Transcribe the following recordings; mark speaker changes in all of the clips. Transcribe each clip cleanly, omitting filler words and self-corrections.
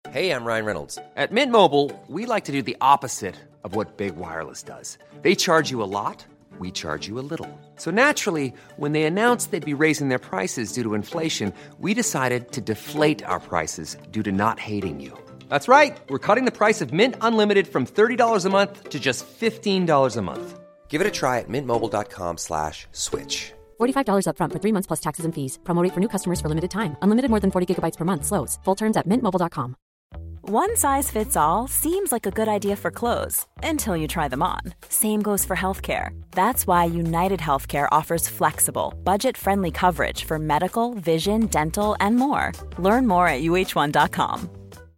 Speaker 1: Hey, I'm Ryan Reynolds. At Mint Mobile, we like to do the opposite of what Big Wireless does. They charge you a lot, we charge you a little. So naturally, when they announced they'd be raising their prices due to inflation, we decided to deflate our prices due to not hating you. That's right. We're cutting the price of Mint Unlimited from $30 a month to just $15 a month. Give it a try at mintmobile.com/switch.
Speaker 2: $45 up front for 3 months plus taxes and fees. Promo rate for new customers for limited time. Unlimited more than 40 gigabytes per month. Slows full terms at mintmobile.com.
Speaker 3: One size fits all seems like a good idea for clothes until you try them on. Same goes for healthcare. That's why United Healthcare offers flexible, budget-friendly coverage for medical, vision, dental, and more. Learn more at uh1.com.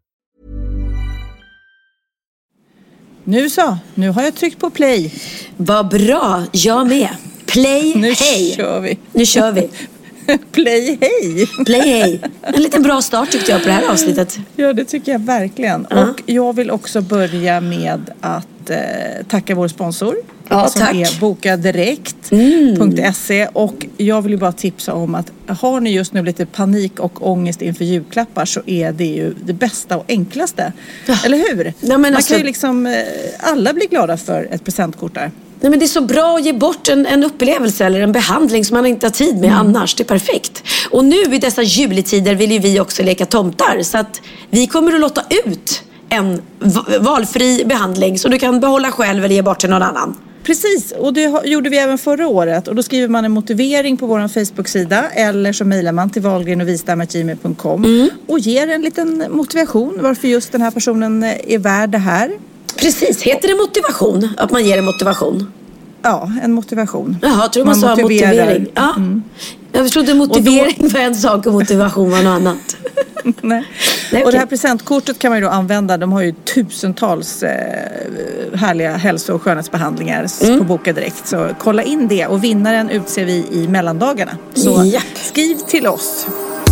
Speaker 4: Nu har jag tryckt på play.
Speaker 5: Vad bra, jag med. Play, hej. Nu kör vi.
Speaker 4: Play, hej.
Speaker 5: Play, hej. En liten bra start tyckte jag på det här avsnittet.
Speaker 4: Ja, det tycker jag verkligen. Och jag vill också börja med att tacka vår sponsor. Som är bokadirekt.se. Och jag vill ju bara tipsa om att har ni just nu lite panik och ångest inför julklappar, så är det ju det bästa och enklaste. Eller hur? Ja, men man kan ju liksom, alla blir glada för ett presentkort där.
Speaker 5: Nej, men det är så bra att ge bort en upplevelse eller en behandling som man inte har tid med annars. Det är perfekt. Och nu i dessa juletider vill ju vi också leka tomtar. Så att vi kommer att låta ut en valfri behandling som du kan behålla själv eller ge bort till någon annan.
Speaker 4: Precis, och det gjorde vi även förra året. Och då skriver man en motivering på vår Facebook-sida, eller så mejlar man till wahlgrenovistam@gmail.com och ger en liten motivation varför just den här personen är värd det här.
Speaker 5: Precis, heter det motivation? Att man ger en motivation?
Speaker 4: Ja, en motivation.
Speaker 5: Jaha, jag tror man sa motivering. Ja. Jag trodde motivering var en sak och motivation var något annat.
Speaker 4: Nej, och det här presentkortet kan man ju då använda. De har ju tusentals härliga hälso- och skönhetsbehandlingar på Boka Direkt. Så kolla in det, och vinnaren utser vi i mellandagarna. Så skriv till oss.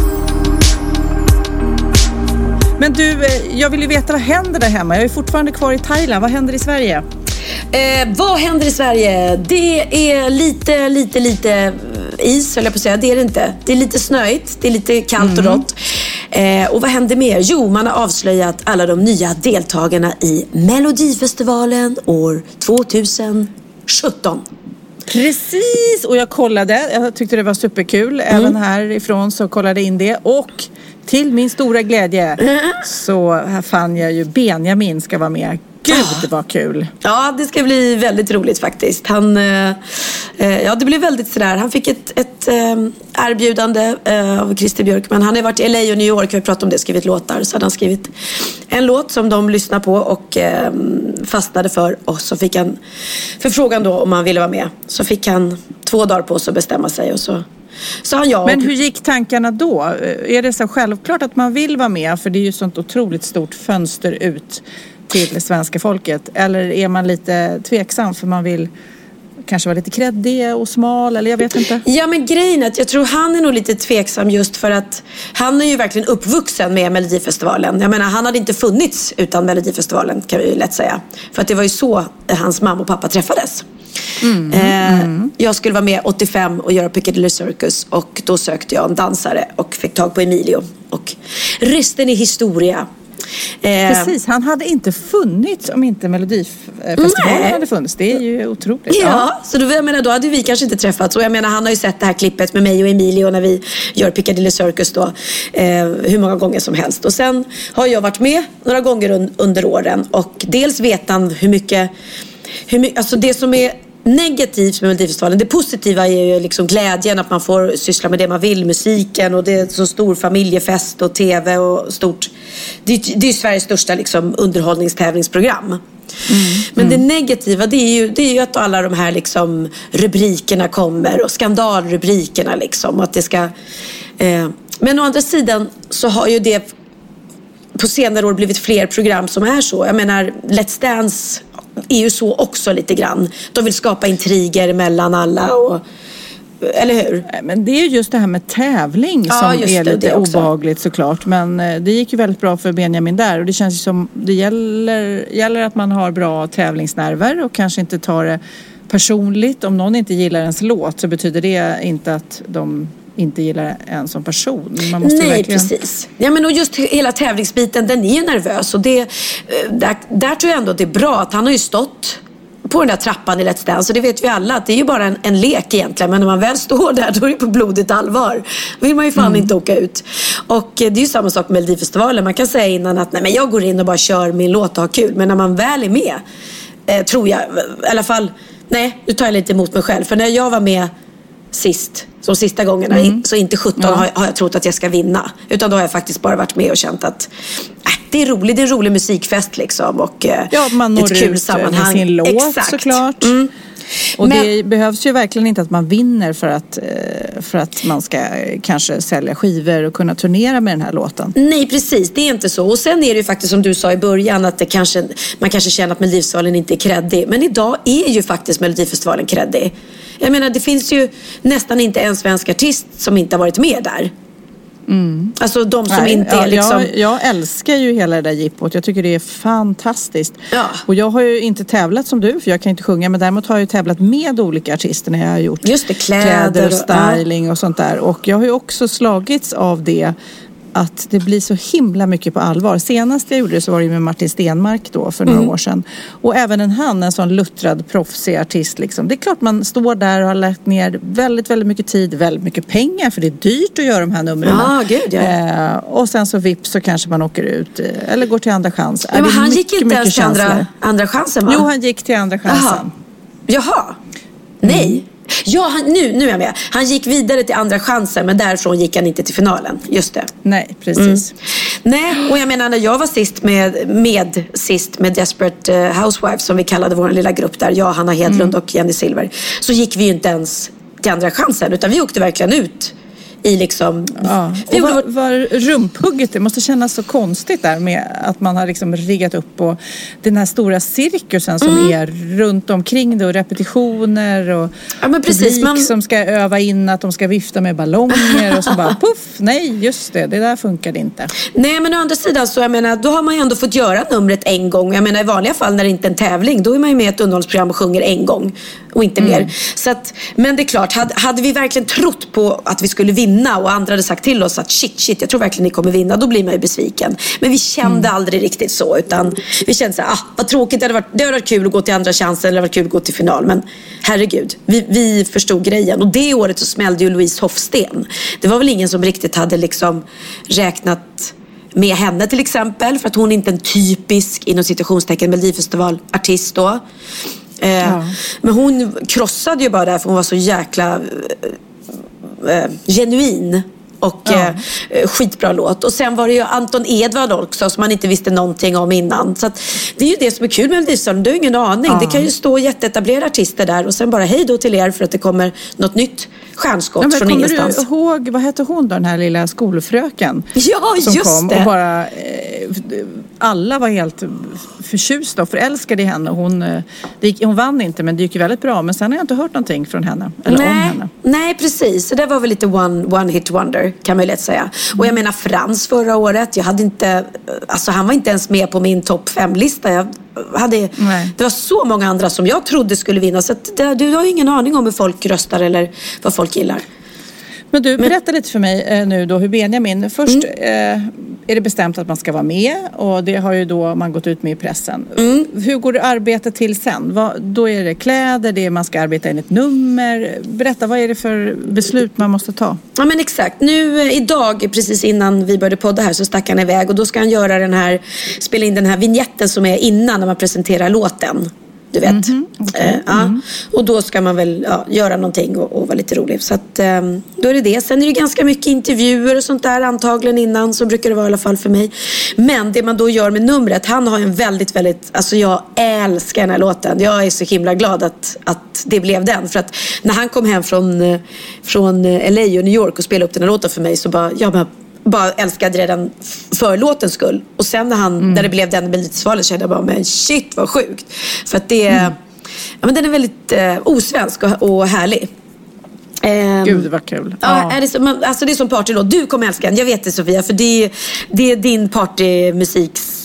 Speaker 4: Men du, jag vill ju veta vad händer där hemma. Jag är fortfarande kvar i Thailand. Vad händer i Sverige?
Speaker 5: Vad händer i Sverige? Det är lite is, höll jag på att säga. Det är det inte. Det är lite snöigt, det är lite kallt och rått. Och vad händer mer? Jo, man har avslöjat alla de nya deltagarna i Melodifestivalen år 2017.
Speaker 4: Precis, och jag kollade. Jag tyckte det var superkul. Även härifrån så kollade jag in det. Och till min stora glädje så här fann jag ju Benjamin ska vara med. Gud, det var kul.
Speaker 5: Ja, det ska bli väldigt roligt faktiskt. Det blev väldigt sådär. Han fick ett erbjudande av Christer Björkman. Han har varit i LA och New York. Vi har pratat om det, skrivit låtar. Så hade han skrivit en låt som de lyssnade på och fastnade för. Och så fick han förfrågan då om han ville vara med. Så fick han 2 dagar på sig att bestämma sig, och så sa han ja.
Speaker 4: Men hur gick tankarna då? Är det så självklart att man vill vara med? För det är ju sånt otroligt stort fönster ut till svenska folket. Eller är man lite tveksam för man vill kanske vara lite kreddig och smal, eller jag vet inte.
Speaker 5: Ja, men grejen är att jag tror han är nog lite tveksam just för att han är ju verkligen uppvuxen med Melodifestivalen. Jag menar, han hade inte funnits utan Melodifestivalen, kan vi ju lätt säga. För att det var ju så hans mamma och pappa träffades. Jag skulle vara med 85 och göra Piccadilly Circus, och då sökte jag en dansare och fick tag på Emilio, och resten är historia.
Speaker 4: Precis, han hade inte funnits om inte Melodifestivalen hade funnits. Det är ju otroligt.
Speaker 5: Ja, så då hade vi kanske inte träffats. Och jag menar, han har ju sett det här klippet med mig och Emilio när vi gör Piccadilly Circus då, hur många gånger som helst. Och sen har jag varit med några gånger under åren, och dels vet han hur mycket alltså det som är negativt med Melodifestivalen. Det positiva är ju liksom glädjen att man får syssla med det man vill, musiken, och det är så stor familjefest och tv och stort. Det är Sveriges största liksom underhållningstävlingsprogram. Men det negativa, det är ju att alla de här liksom rubrikerna kommer, och skandalrubrikerna liksom, och att det ska men å andra sidan så har ju det på senare år blivit fler program som är så. Jag menar, Let's Dance är ju så också lite grann. De vill skapa intriger mellan alla, och eller hur?
Speaker 4: Men det är ju just det här med tävling som är lite obehagligt såklart. Men det gick ju väldigt bra för Benjamin där. Och det känns ju som det gäller att man har bra tävlingsnerver och kanske inte tar det personligt. Om någon inte gillar ens låt så betyder det inte att de inte gillar en som person. Man måste verkligen...
Speaker 5: precis. Ja, men och just hela tävlingsbiten, den är ju nervös. Och där tror jag ändå att det är bra att han har ju stått på den där trappan i Let's Dance. Så det vet vi alla att det är ju bara en lek egentligen. Men när man väl står där, då är det på blodigt allvar. Då vill man ju fan inte åka ut. Och det är ju samma sak med Melodifestivalen. Man kan säga innan att nej, men jag går in och bara kör min låt och har kul. Men när man väl är med, tror jag, i alla fall, nej, nu tar jag lite emot mig själv. För när jag var med de sista gångerna, så inte 17 har jag trott att jag ska vinna. Utan då har jag faktiskt bara varit med och känt att det är roligt, det är en rolig musikfest liksom. Och
Speaker 4: man når
Speaker 5: ett kul
Speaker 4: ut
Speaker 5: sammanhang.
Speaker 4: med sin låt såklart. Och det behövs ju verkligen inte att man vinner för att man ska kanske sälja skivor och kunna turnera med den här låten.
Speaker 5: Nej, precis. Det är inte så. Och sen är det ju faktiskt som du sa i början att man kanske känner att Melodifestivalen inte är kreddig. Men idag är ju faktiskt Melodifestivalen kreddig. Jag menar, det finns ju nästan inte en svensk artist som inte har varit med där. Alltså de som inte är liksom...
Speaker 4: Jag älskar ju hela det där jippot. Jag tycker det är fantastiskt.
Speaker 5: Ja.
Speaker 4: Och jag har ju inte tävlat som du, för jag kan inte sjunga. Men däremot har jag ju tävlat med olika artister när jag har gjort
Speaker 5: just det,
Speaker 4: kläder och styling och sånt där. Och jag har ju också slagits av det, att det blir så himla mycket på allvar. Senast jag gjorde det så var det med Martin Stenmark då för några år sedan. Och även en sån luttrad proffsig artist liksom. Det är klart man står där och har lagt ner väldigt, väldigt mycket tid, väldigt mycket pengar, för det är dyrt att göra de här numren. Och sen så vips så kanske man åker ut eller går till andra chans.
Speaker 5: Ja, men han gick inte ens till andra chansen, va?
Speaker 4: Jo, han gick till andra chansen.
Speaker 5: Jaha. Nej. Ja, nu är jag med. Han gick vidare till andra chansen, men därifrån gick han inte till finalen. Just det.
Speaker 4: Nej, precis.
Speaker 5: Nej, och jag menar när jag var sist med Desperate Housewives, som vi kallade vår lilla grupp där, jag, Hanna Hedlund och Jenny Silver, så gick vi ju inte ens till andra chansen, utan vi åkte verkligen ut i liksom...
Speaker 4: Ja. Och var rumphugget, det måste kännas så konstigt där med att man har liksom riggat upp och den här stora cirkusen som är runt omkring det och repetitioner och publik som ska öva in att de ska vifta med ballonger och så bara puff, nej just det där funkade inte. Nej, men å andra sidan så jag menar, då har man ju ändå fått göra numret en gång. Jag menar i vanliga fall när det inte är en tävling, då är man ju med i ett underhållsprogram och sjunger en gång och inte mer. Så att, men det är klart, hade vi verkligen trott på att vi skulle vinna och andra hade sagt till oss att shit, jag tror verkligen ni kommer vinna, då blir man ju besviken. Men vi kände aldrig riktigt så, utan vi kände så här, vad tråkigt, det hade varit kul att gå till andra chansen eller det hade varit kul att gå till final, men herregud, vi förstod grejen. Och det året så smällde ju Louise Hofsten. Det var väl ingen som riktigt hade liksom räknat med henne till exempel, för att hon är inte en typisk inom citationstecken Melodifestivalartist då. Men hon krossade ju bara där, för hon var så jäkla genuin och skitbra låt. Och sen var det ju Anton Edvard också, som man inte visste någonting om innan. Så att det är ju det som är kul med Melodifestivalen. Du har ingen aning. Det kan ju stå jätteetablerade artister där och sen bara hej då till er för att det kommer något nytt stjärnskott från ingenstans. Kommer du ihåg, vad hette hon då, den här lilla skolfröken? Ja, som just kom det. Och bara alla var helt förtjusta och förälskade i henne. Hon vann inte, men det gick ju väldigt bra. Men sen har jag inte hört någonting från henne eller om henne. Nej, precis. Så det var väl lite one hit wonder, kan man ju lätt säga. Och jag menar Frans förra året, han var inte ens med på min topp 5-lista. Det var så många andra som jag trodde skulle vinna. Så att du har ingen aning om hur folk röstar eller vad folk gillar. Men du, berätta lite för mig nu då hur Benjamin... Först är det bestämt att man ska vara med och det har ju då man gått ut med i pressen. Hur går det arbetet till sen? Då är det kläder, man ska arbeta in ett nummer. Berätta, vad är det för beslut man måste ta? Ja, men exakt. Nu idag, precis innan vi började podda här, så stack han iväg och då ska han spela in den här vignetten som är innan när man presenterar låten. Du vet. Och då ska man väl göra någonting och vara lite rolig. Så att då är det. Sen är det ganska mycket intervjuer och sånt där antagligen innan. Så brukar det vara i alla fall för mig. Men det man då gör med numret, han har en väldigt, väldigt, alltså jag älskar den här låten. Jag är så himla glad att det blev den. För att när han kom hem från LA och New York och spelade upp den här låten för mig, så bara älskade redan för låtens skull. Och sen när det blev den Melodifestivalen, kände jag bara, men shit vad sjukt. För att men den är väldigt osvensk och härlig. Gud vad kul. Ja. Det är som partylåt. Du kommer älska den, jag vet det Sofia, för det är din partymusiks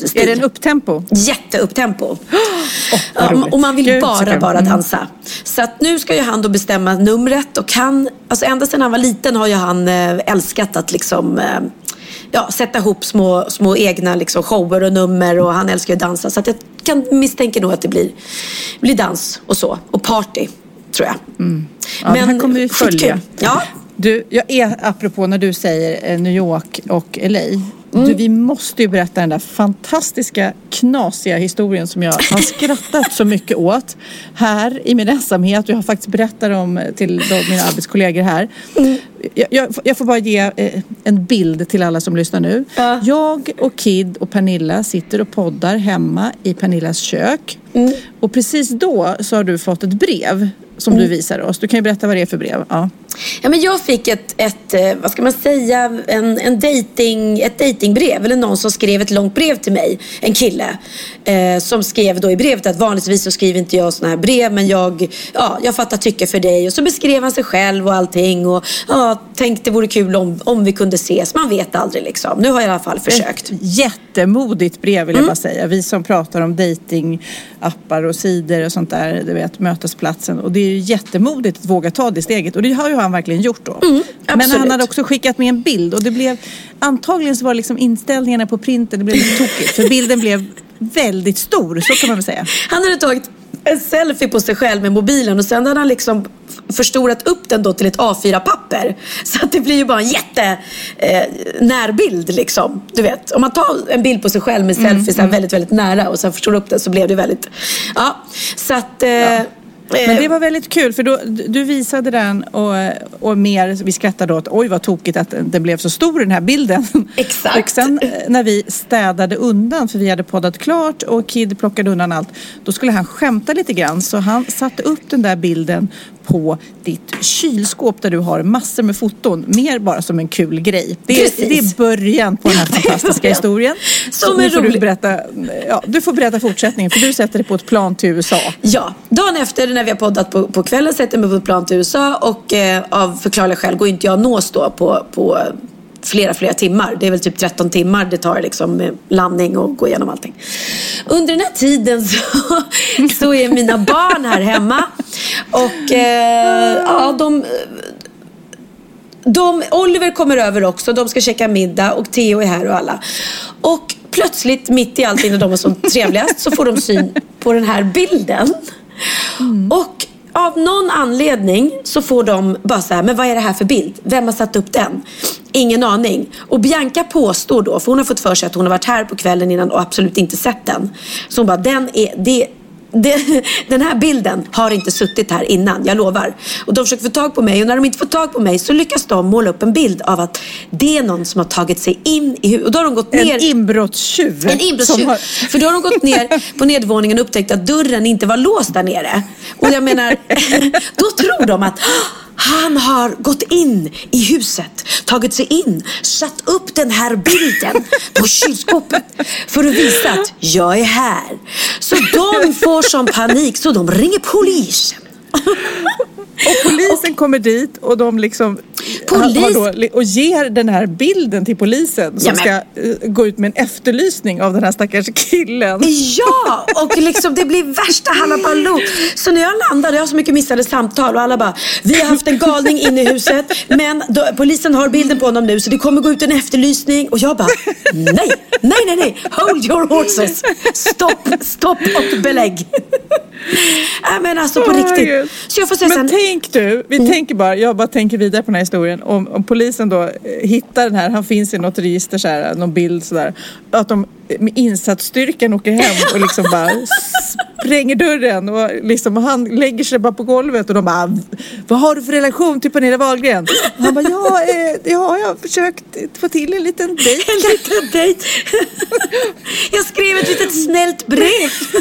Speaker 5: dansstil.
Speaker 4: Är det en upptempo?
Speaker 5: Jätteupptempo. Och man vill bara dansa. Så att nu ska ju han då bestämma numret. Och han, alltså ända sedan han var liten har ju han älskat att liksom sätta ihop små egna liksom shower och nummer. Och han älskar ju att dansa. Så att jag kan misstänka nog att det blir dans och så. Och party, tror jag.
Speaker 4: Ja, men här kommer vi följa.
Speaker 5: Ja.
Speaker 4: Du, jag är, apropå när du säger New York och LA. Vi måste ju berätta den där fantastiska, knasiga historien som jag har skrattat så mycket åt här i min ensamhet. Jag har faktiskt berättat om till mina arbetskollegor här. Jag får bara ge en bild till alla som lyssnar nu. Jag och Kid och Pernilla sitter och poddar hemma i Pernillas kök. Och precis då så har du fått ett brev som du visar oss. Du kan ju berätta vad det är för brev.
Speaker 5: Ja, men jag fick ett vad ska man säga, ett datingbrev, eller någon som skrev ett långt brev till mig, en kille som skrev då i brevet att vanligtvis så skriver inte jag såna här brev, men jag fattar tycke för dig, och så beskrev han sig själv och allting, och tänkte det vore kul om vi kunde ses, man vet aldrig liksom. Nu har jag i alla fall försökt.
Speaker 4: Ett jättemodigt brev vill jag bara säga. Vi som pratar om datingappar och sidor och sånt där, du vet, mötesplatsen, och det är ju jättemodigt att våga ta det steget, och det har ju han verkligen gjort då. Men han hade också skickat med en bild, och det blev, antagligen så var det liksom inställningarna på printen, det blev lite tokigt, för bilden blev väldigt stor, så kan man väl säga.
Speaker 5: Han hade tagit en selfie på sig själv med mobilen, och sen hade han liksom förstorat upp den då till ett A4-papper, så att det blir ju bara en närbild liksom. Du vet, om man tar en bild på sig själv med selfie så här väldigt, väldigt nära, och sen förstorar upp den, så blev det väldigt så att
Speaker 4: men det var väldigt kul, för då, du visade den och mer, vi skrattade åt, oj vad tokigt att den blev så stor, den här bilden.
Speaker 5: Exakt.
Speaker 4: Och sen när vi städade undan, för vi hade poddat klart och Kid plockade undan allt, då skulle han skämta lite grann, så han satte upp den där bilden på ditt kylskåp där du har massor med foton, mer bara som en kul grej. Det är början på den här fantastiska historien.
Speaker 5: Som är rolig.
Speaker 4: Du får berätta fortsättningen, för du sätter dig på ett plan till USA.
Speaker 5: Ja, dagen efter när vi har poddat på kvällen sätter jag mig på ett plan till USA, och av förklarliga skäl går inte jag nås då på flera timmar. Det är väl typ 13 timmar det tar liksom med landning och gå igenom allting. Under den här tiden så är mina barn här hemma, och Oliver kommer över också. De ska käka middag och Theo är här och alla. Och plötsligt mitt i allting när de är som trevligast så får de syn på den här bilden. Och av någon anledning så får de bara så här, men vad är det här för bild? Vem har satt upp den? Ingen aning. Och Bianca påstår då, för hon har fått för sig att hon har varit här på kvällen innan och absolut inte sett den. Så hon bara, den här bilden har inte suttit här innan, jag lovar. Och de försöker få tag på mig, och när de inte får tag på mig så lyckas de måla upp en bild av att det är någon som har tagit sig in i huset. Och då har de gått ner.
Speaker 4: En inbrottstjuv.
Speaker 5: För då har de gått ner på nedvåningen och upptäckt att dörren inte var låst där nere. Och jag menar, då tror de att han har gått in i huset, tagit sig in, satt upp den här bilden på kylskåpet för att visa att jag är här. Så de får som panik, så de ringer polisen.
Speaker 4: Och polisen kommer dit, och de liksom och ger den här bilden till polisen som ska gå ut med en efterlysning av den här stackars killen.
Speaker 5: Ja, och liksom det blir värsta halabaloo. Så när jag landade, jag har så mycket missade samtal, och alla bara, vi har haft en galning inne i huset, men polisen har bilden på honom nu, så det kommer gå ut en efterlysning. Och jag bara, nej, hold your horses, stopp och belägg. Men alltså på riktigt. Så jag får säga
Speaker 4: men tänk du, jag bara tänker vidare på den här historien. Om polisen då hittar den här, han finns i något register så här, någon bild så där, att de med insatsstyrkan åker hem och liksom bara spränger dörren, och liksom han lägger sig bara på golvet, och de bara, vad har du för relation till Pernilla Wahlgren? Och han bara, jag har försökt få till en liten dejt.
Speaker 5: Jag skrev ett litet snällt brev.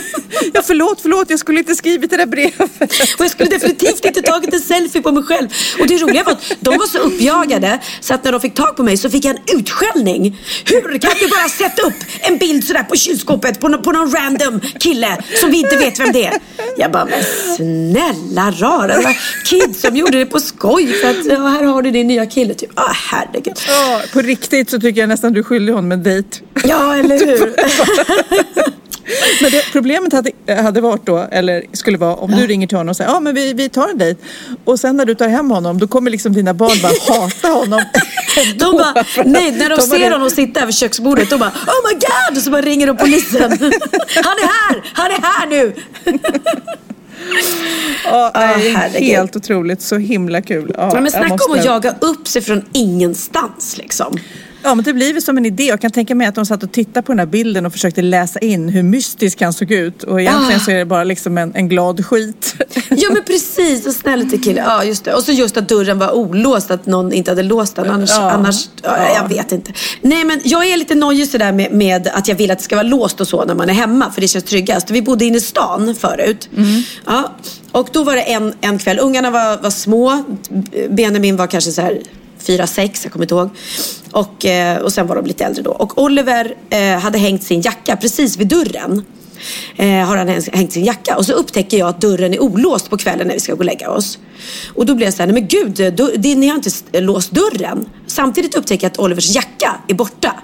Speaker 4: Ja, förlåt, jag skulle inte skrivit det där brevet.
Speaker 5: Och jag skulle definitivt inte tagit en selfie på mig själv. Och det roliga var att de var så uppjagade så att när de fick tag på mig så fick jag en utskällning. Hur kan du bara sätta upp en bild sådär på kylskåpet på någon random kille som vi inte vet vem det är? Jag bara, men snälla rara, det var kids som gjorde det på skoj för att här har du din nya kille typ. Herregud.
Speaker 4: På riktigt så tycker jag nästan du är skyldig honom en dejt.
Speaker 5: Ja, eller hur?
Speaker 4: Men problemet hade varit då, eller skulle vara, om du ringer till honom och säger men vi tar en dejt. Och sen när du tar hem honom, då kommer liksom dina barn bara hata honom.
Speaker 5: De bara, nej, när de ser honom sitta över köksbordet, de bara, oh my god, och så bara ringer de polisen. Han är här nu.
Speaker 4: Helt otroligt, så himla kul.
Speaker 5: Men snacka om att jaga upp sig från ingenstans liksom.
Speaker 4: Ja, men det blir väl som en idé. Jag kan tänka mig att de satt och tittade på den här bilden och försökte läsa in hur mystisk han såg ut. Och egentligen så är det bara liksom en glad skit.
Speaker 5: Ja, men precis. Och snäll lite kille. Ja, just det. Och så just att dörren var olåst, att någon inte hade låst den. Annars jag vet inte. Nej, men jag är lite nojig sådär med att jag vill att det ska vara låst och så när man är hemma. För det känns tryggast. Vi bodde inne i stan förut. Ja. Och då var det en kväll. Ungarna var små. Benjamin var kanske så här 4-6, jag kommer inte ihåg. Och sen var de lite äldre då. Och Oliver hade hängt sin jacka precis vid dörren. Har han hängt sin jacka. Och så upptäcker jag att dörren är olåst på kvällen när vi ska gå och lägga oss. Och då blir jag så här, nej men gud, ni har inte låst dörren. Samtidigt upptäcker jag att Olivers jacka är borta.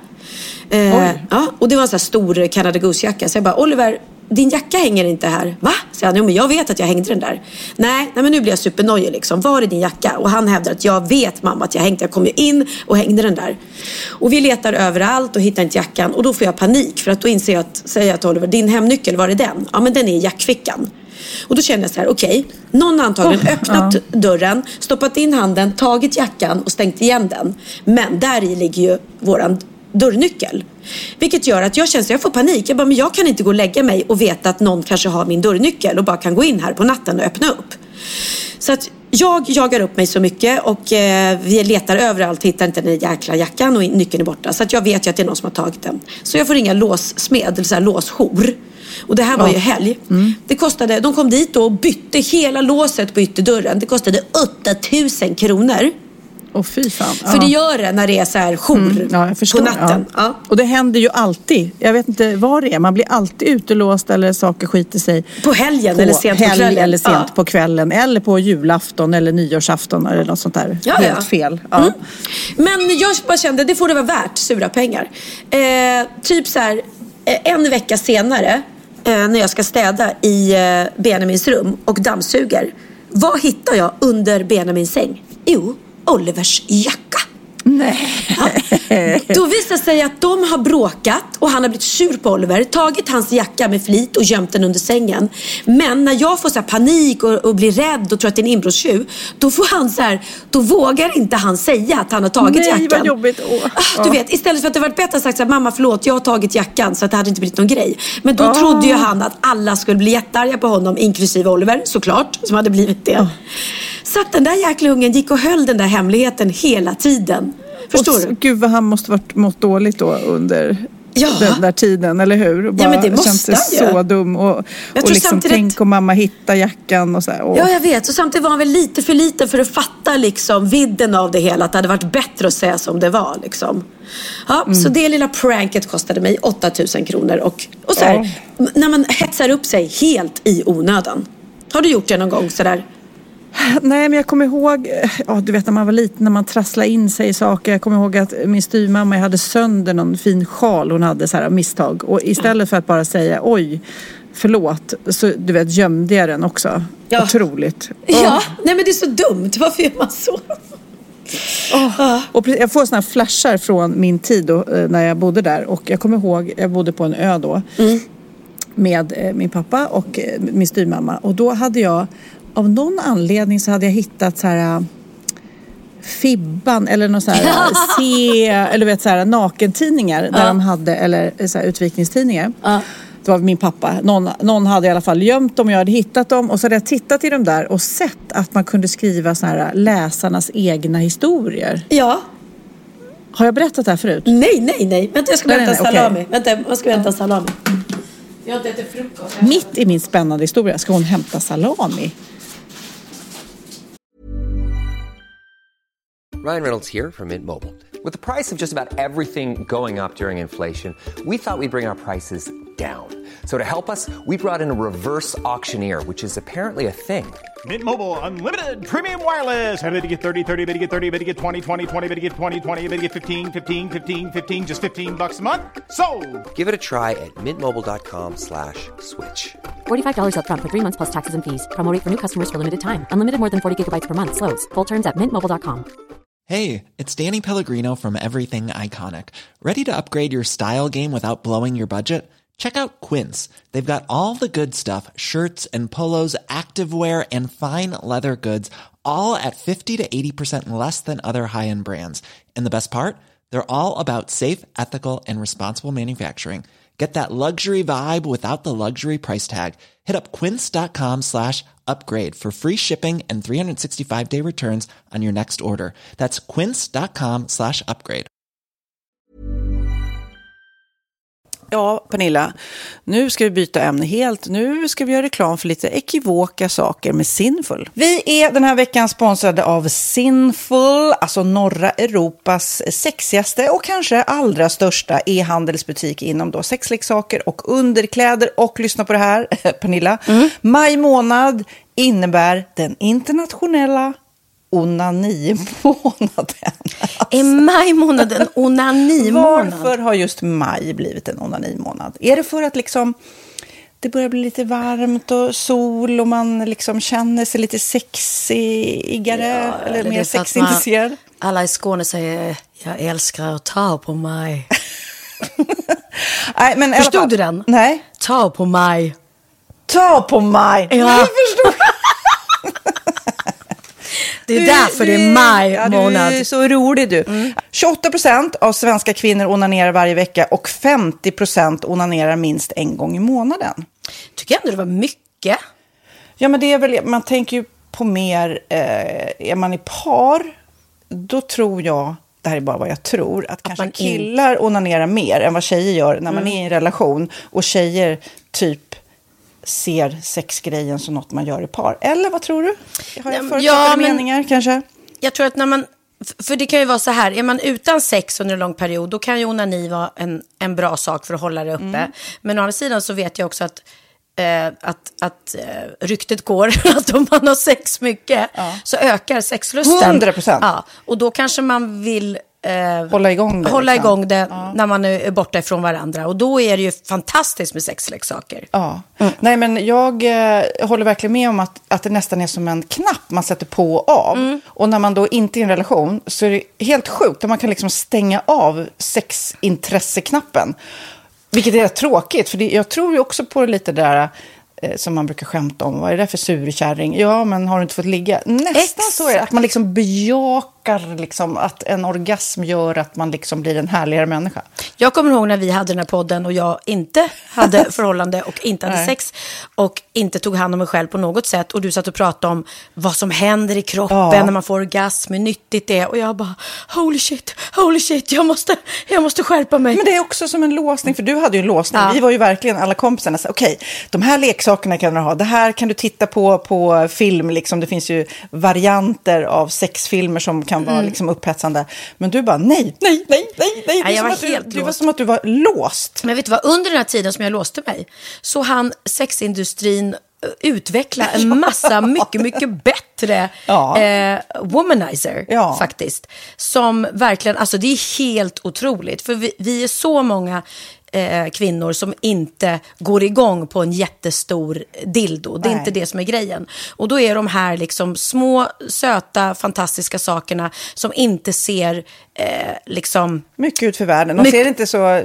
Speaker 5: Ja, och det var en så här stor Canada Goose-jacka. Så jag bara, Oliver, din jacka hänger inte här. Va? Så jag, men jag vet att jag hängde den där. Nej, men nu blir jag supernojig liksom. Var är din jacka? Och han hävdar att jag vet mamma att jag hängde. Jag kom ju in och hängde den där. Och vi letar överallt och hittar inte jackan. Och då får jag panik. För att då inser jag säger jag till Oliver, din hemnyckel, var är den? Ja, men den är i jackfickan. Och då känner jag så här, okej. Någon har antagligen öppnat dörren, stoppat in handen, tagit jackan och stängt igen den. Men där i ligger ju våran dörrnyckel. Vilket gör att jag känner att jag får panik. Jag bara, men jag kan inte gå och lägga mig och veta att någon kanske har min dörrnyckel och bara kan gå in här på natten och öppna upp. Så att jag jagar upp mig så mycket och vi letar överallt, hittar inte den jäkla jackan och nyckeln är borta. Så att jag vet ju att det är någon som har tagit den. Så jag får ringa låssmed, eller så här låsjour. Och det här var ju helg. Det kostade, de kom dit och bytte hela låset på ytterdörren. Det kostade 8 000 kronor.
Speaker 4: Fy fan.
Speaker 5: För det gör det när det är så här jour på natten. Ja.
Speaker 4: Och det händer ju alltid. Jag vet inte vad det är. Man blir alltid utelåst eller saker skiter sig.
Speaker 5: På helgen eller sent på kvällen.
Speaker 4: Eller sent på kvällen. Eller på julafton eller nyårsafton eller något sånt där. Helt fel. Ja.
Speaker 5: Men jag bara kände, det får det vara värt, sura pengar. Typ så här, en vecka senare när jag ska städa i Benjamins rum och dammsuger. Vad hittar jag under Benjamins säng? Jo, Olivers jacka.
Speaker 4: Nej.
Speaker 5: Ja. Då visar det sig att de har bråkat och han har blivit sur på Oliver, tagit hans jacka med flit och gömt den under sängen. Men när jag får så här panik och blir rädd och tror att det är en inbrottstjuv, då får han så här, då vågar inte han säga att han har tagit jackan.
Speaker 4: Nej, vad jobbigt.
Speaker 5: Du vet, istället för att det varit bättre sagt så här, mamma förlåt, jag har tagit jackan, så att det hade inte blivit någon grej. Men då trodde ju han att alla skulle bli jättearga på honom, inklusive Oliver, såklart, som hade blivit det. Så att den där jäkla ungen gick och höll den där hemligheten hela tiden. Förstår du?
Speaker 4: Gud vad han måste mått dåligt då under den där tiden, eller hur? Och bara
Speaker 5: men det måste
Speaker 4: kände sig så dum och liksom tänk om mamma hittar jackan och så här.
Speaker 5: Ja, jag vet. Och samtidigt var han väl lite för liten för att fatta liksom vidden av det hela, att det hade varit bättre att säga som det var liksom. Ja, så det lilla pranket kostade mig 8 000 kronor och så här, när man hetsar upp sig helt i onödan. Har du gjort det någon gång så där?
Speaker 4: Nej, men jag kommer ihåg, du vet när man var liten, när man trasslade in sig i saker. Jag kommer ihåg att min styvmamma hade sönder någon fin sjal hon hade så här misstag. Och istället för att bara säga, oj, förlåt, så du vet, gömde jag den också. Ja. Otroligt.
Speaker 5: Ja, nej men det är så dumt. Varför gör man så?
Speaker 4: Och jag får såna här flashar från min tid då, när jag bodde där. Och jag kommer ihåg, jag bodde på en ö då. Med min pappa och min styvmamma. Och då hade jag, av någon anledning så hade jag hittat så här Fibban eller någon så här eller vet så här nakentidningar där de hade, eller så här utvikningstidningar. Det var min pappa. Någon hade i alla fall gömt dem och jag hade hittat dem. Och så hade jag tittat i dem där och sett att man kunde skriva så här läsarnas egna historier.
Speaker 5: Ja.
Speaker 4: Har jag berättat det här förut?
Speaker 5: Nej. Vänta, jag ska berätta salami.
Speaker 4: Okay.
Speaker 5: Vänta, jag ska berätta salami. Jag har inte ätit frukost.
Speaker 4: Mitt i min spännande historia ska hon hämta salami.
Speaker 1: Ryan Reynolds here from Mint Mobile. With the price of just about everything going up during inflation, we thought we'd bring our prices down. So to help us, we brought in a reverse auctioneer, which is apparently a thing.
Speaker 6: Mint Mobile Unlimited Premium Wireless. How to get 30, 30, bit to get 30, bit to get 20, 20, 20, bit to get 20, 20, bit to get 15, 15, 15, 15, just $15 a month? Sold!
Speaker 1: Give it a try at mintmobile.com/switch.
Speaker 2: $45 up front for 3 months plus taxes and fees. Promo rate for new customers for limited time. Unlimited more than 40 gigabytes per month. Slows full terms at mintmobile.com.
Speaker 7: Hey, it's Danny Pellegrino from Everything Iconic. Ready to upgrade your style game without blowing your budget? Check out Quince. They've got all the good stuff, shirts and polos, activewear, and fine leather goods, all at 50 to 80% less than other high-end brands. And the best part? They're all about safe, ethical, and responsible manufacturing. Get that luxury vibe without the luxury price tag. Hit up quince.com/upgrade for free shipping and 365-day returns on your next order. That's quince.com/upgrade.
Speaker 4: Ja, Pernilla, nu ska vi byta ämne helt. Nu ska vi göra reklam för lite ekivoka saker med Sinful. Vi är den här veckan sponsrade av Sinful, alltså norra Europas sexigaste och kanske allra största e-handelsbutik inom då sexleksaker och underkläder. Och lyssna på det här, Pernilla. Maj månad innebär den internationella onanimånaden.
Speaker 5: Är maj månaden onanimånad?
Speaker 4: Varför har just maj blivit en onanimånad? Är det för att liksom det börjar bli lite varmt och sol och man liksom känner sig lite sexigare eller mer sexintresserad?
Speaker 5: Alla i Skåne säger jag älskar att ta på mig.
Speaker 4: Nej, men
Speaker 5: förstod du den?
Speaker 4: Nej.
Speaker 5: Ta på mig.
Speaker 4: Ta på mig.
Speaker 5: Ja. Jag förstod. Det är därför det är maj månad.
Speaker 4: Du är så rolig du. 28% av svenska kvinnor onanerar varje vecka och 50% onanerar minst en gång i månaden.
Speaker 5: Tycker jag ändå det var mycket.
Speaker 4: Ja, men det är väl, man tänker ju på mer, är man i par, då tror jag, det här är bara vad jag tror, att kanske killar onanerar mer än vad tjejer gör när man är i en relation. Och tjejer typ ser sexgrejen som något man gör i par. Eller vad tror du? Har jag förutsatta meningar kanske?
Speaker 5: Jag tror att när man, för det kan ju vara så här, är man utan sex under en lång period, då kan ju onani vara en bra sak för att hålla det uppe. Men å andra sidan så vet jag också att ryktet går att om man har sex mycket så ökar sexlusten.
Speaker 4: 100%.
Speaker 5: Ja, och då kanske man vill
Speaker 4: hålla igång det
Speaker 5: när man är borta ifrån varandra. Och då är det ju fantastiskt med sexleksaker.
Speaker 4: Ja. Nej, men jag håller verkligen med om att det nästan är som en knapp man sätter på och av. Och när man då inte är i en relation så är det helt sjukt att man kan liksom stänga av sexintresseknappen. Vilket är tråkigt, för jag tror ju också på lite där som man brukar skämta om. Vad är det för surkärring? Ja, men har du inte fått ligga? Nästan så är det. Att man liksom bejakar liksom att en orgasm gör att man liksom blir en härligare människa.
Speaker 5: Jag kommer ihåg när vi hade den här podden och jag inte hade förhållande och inte hade sex och inte tog hand om mig själv på något sätt. Och du satt och pratade om vad som händer i kroppen när man får orgasm, hur nyttigt det är. Och jag bara, holy shit, jag måste skärpa mig.
Speaker 4: Men det är också som en låsning, för du hade ju en låsning. Vi var ju verkligen alla kompisarna. Okej, de här leksakerna kan du ha. Det här kan du titta på film. Liksom. Det finns ju varianter av sexfilmer som kan vara liksom upphetsande. Men du bara, nej. Det var som att du var låst.
Speaker 5: Men vet du vad, under den här tiden som jag låste mig så hann sexindustrin utveckla en massa mycket bättre womanizer faktiskt. Som verkligen, alltså det är helt otroligt. För vi är så många kvinnor som inte går igång på en jättestor dildo. Det är inte det som är grejen. Och då är de här liksom små, söta, fantastiska sakerna som inte ser liksom
Speaker 4: mycket ut för världen. De ser inte så,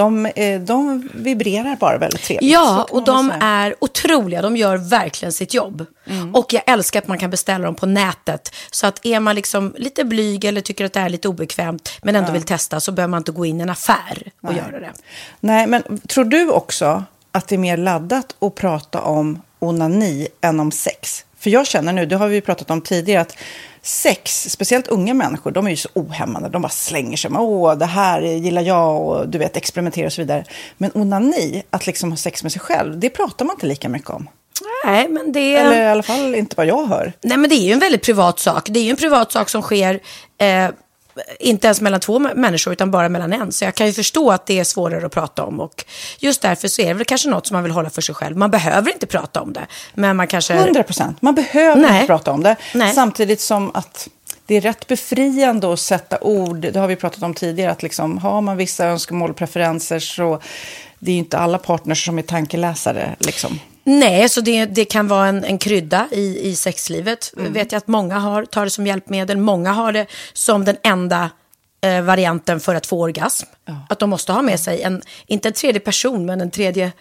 Speaker 4: de vibrerar bara väldigt trevligt.
Speaker 5: Ja, och de är otroliga. De gör verkligen sitt jobb. Och jag älskar att man kan beställa dem på nätet. Så att är man liksom lite blyg eller tycker att det är lite obekvämt men ändå vill testa, så behöver man inte gå in i en affär och göra det.
Speaker 4: Nej, men tror du också att det är mer laddat att prata om onani än om sex? För jag känner nu, det har vi pratat om tidigare, att sex, speciellt unga människor, de är ju så ohämmade. De bara slänger sig med, det här gillar jag och du vet, experimentera och så vidare. Men onani, att liksom ha sex med sig själv, det pratar man inte lika mycket om.
Speaker 5: Nej, men det...
Speaker 4: Eller i alla fall inte vad jag hör.
Speaker 5: Nej, men det är ju en väldigt privat sak. Det är ju en privat sak som sker inte ens mellan två människor utan bara mellan en. Så jag kan ju förstå att det är svårare att prata om. Och just därför så är det väl kanske något som man vill hålla för sig själv. Man behöver inte prata om det. Men man kanske...
Speaker 4: 100%. Man behöver inte prata om det. Nej. Samtidigt som att det är rätt befriande att sätta ord. Det har vi pratat om tidigare. Att liksom, har man vissa önskemål och preferenser så det är ju inte alla partners som är tankeläsare liksom.
Speaker 5: Nej, så det kan vara en krydda i sexlivet. Vet jag att många tar det som hjälpmedel. Många har det som den enda varianten för att få orgasm. Ja. Att de måste ha med sig inte en tredje person, men en tredje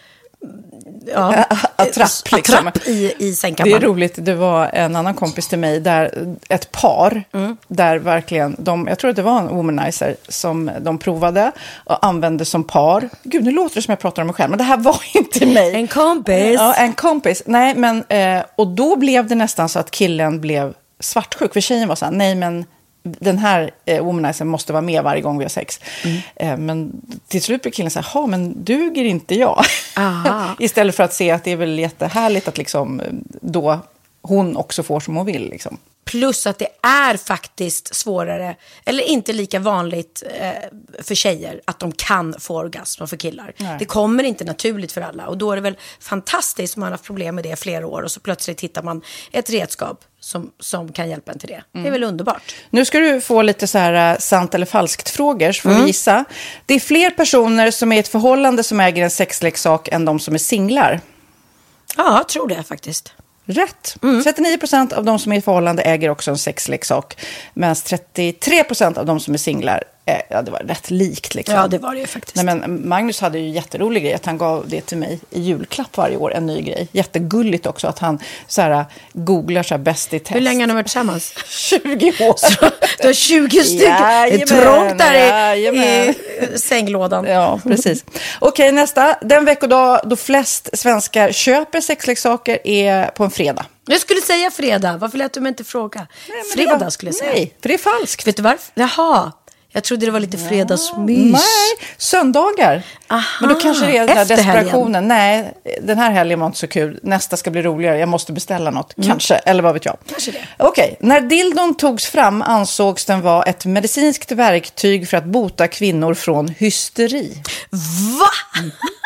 Speaker 5: attrapp i sängkammaren.
Speaker 4: Det är roligt, det var en annan kompis till mig där ett par där verkligen jag tror att det var en womanizer som de provade och använde som par. Gud, nu låter det som jag pratar om mig själv, men det här var inte mig.
Speaker 5: En kompis.
Speaker 4: Ja, en kompis. Nej, men och då blev det nästan så att killen blev svartsjuk, för tjejen var så här, nej men den här womanizern måste vara med varje gång vi har sex. Men till slut blir killen så här, men duger inte jag? Istället för att se att det är väl jättehärligt att liksom, då hon också får som hon vill. Liksom.
Speaker 5: Plus att det är faktiskt svårare, eller inte lika vanligt för tjejer att de kan få orgasm för killar. Nej. Det kommer inte naturligt för alla. Och då är det väl fantastiskt om man har haft problem med det i flera år och så plötsligt hittar man ett redskap som kan hjälpa en till det. Det är väl underbart.
Speaker 4: Nu ska du få lite så här sant eller falskt frågor, så får vi gissa. Det är fler personer som är i ett förhållande som äger en sexleksak än de som är singlar.
Speaker 5: Ja, jag tror det faktiskt.
Speaker 4: Rätt. 39% av de som är i förhållande äger också en sexleksak. Medan 33% av de som är singlar, det var rätt likt. Liksom.
Speaker 5: Ja, det var det ju faktiskt.
Speaker 4: Nej, men Magnus hade ju jätterolig grej att han gav det till mig i julklapp varje år, en ny grej. Jättegulligt också att han så här, googlar så här bäst i test.
Speaker 5: Hur länge har ni varit tillsammans?
Speaker 4: 20 år. Så,
Speaker 5: du har 20 stycken. Det är trångt där i sänglådan.
Speaker 4: Ja, precis. Okej, nästa. Den veckodag då flest svenskar köper sexleksaker är på en fredag.
Speaker 5: Jag skulle säga fredag. Varför lät du mig inte fråga? Fredag skulle jag säga.
Speaker 4: Nej, för det är falskt.
Speaker 5: Vet du varför? Jaha. Jag trodde det var lite fredagsmys.
Speaker 4: Nej, söndagar.
Speaker 5: Aha,
Speaker 4: men då kanske det är den där desperationen.
Speaker 5: Helgen.
Speaker 4: Nej, den här helgen var inte så kul. Nästa ska bli roligare. Jag måste beställa något. Kanske, eller vad vet jag.
Speaker 5: Kanske det.
Speaker 4: Okej, när dildon togs fram ansågs den vara ett medicinskt verktyg för att bota kvinnor från hysteri.
Speaker 5: Va?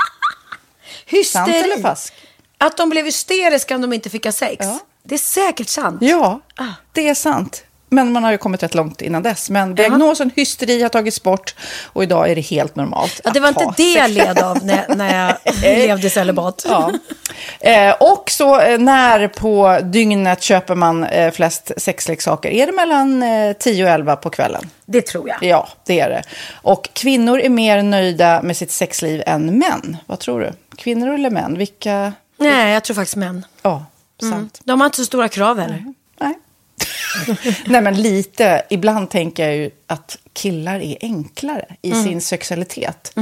Speaker 5: Hysteri?
Speaker 4: Sant eller falskt?
Speaker 5: Att de blev hysteriska om de inte fick ha sex. Ja. Det är säkert sant.
Speaker 4: Ja, det är sant. Men man har ju kommit rätt långt innan dess. Men diagnosen hysteri har tagits bort. Och idag är det helt normalt.
Speaker 5: Ja, det var inte det jag led av när jag levde celibat.
Speaker 4: Ja. Och så när på dygnet köper man flest sexleksaker? Är det mellan 10 och 11 på kvällen?
Speaker 5: Det tror jag.
Speaker 4: Ja, det är det. Och kvinnor är mer nöjda med sitt sexliv än män. Vad tror du? Kvinnor eller män? Vilka?
Speaker 5: Nej, jag tror faktiskt män.
Speaker 4: Ja, sant.
Speaker 5: De har inte så stora krav eller?
Speaker 4: Nej. Nej, men lite. Ibland tänker jag ju att killar är enklare i sin sexualitet.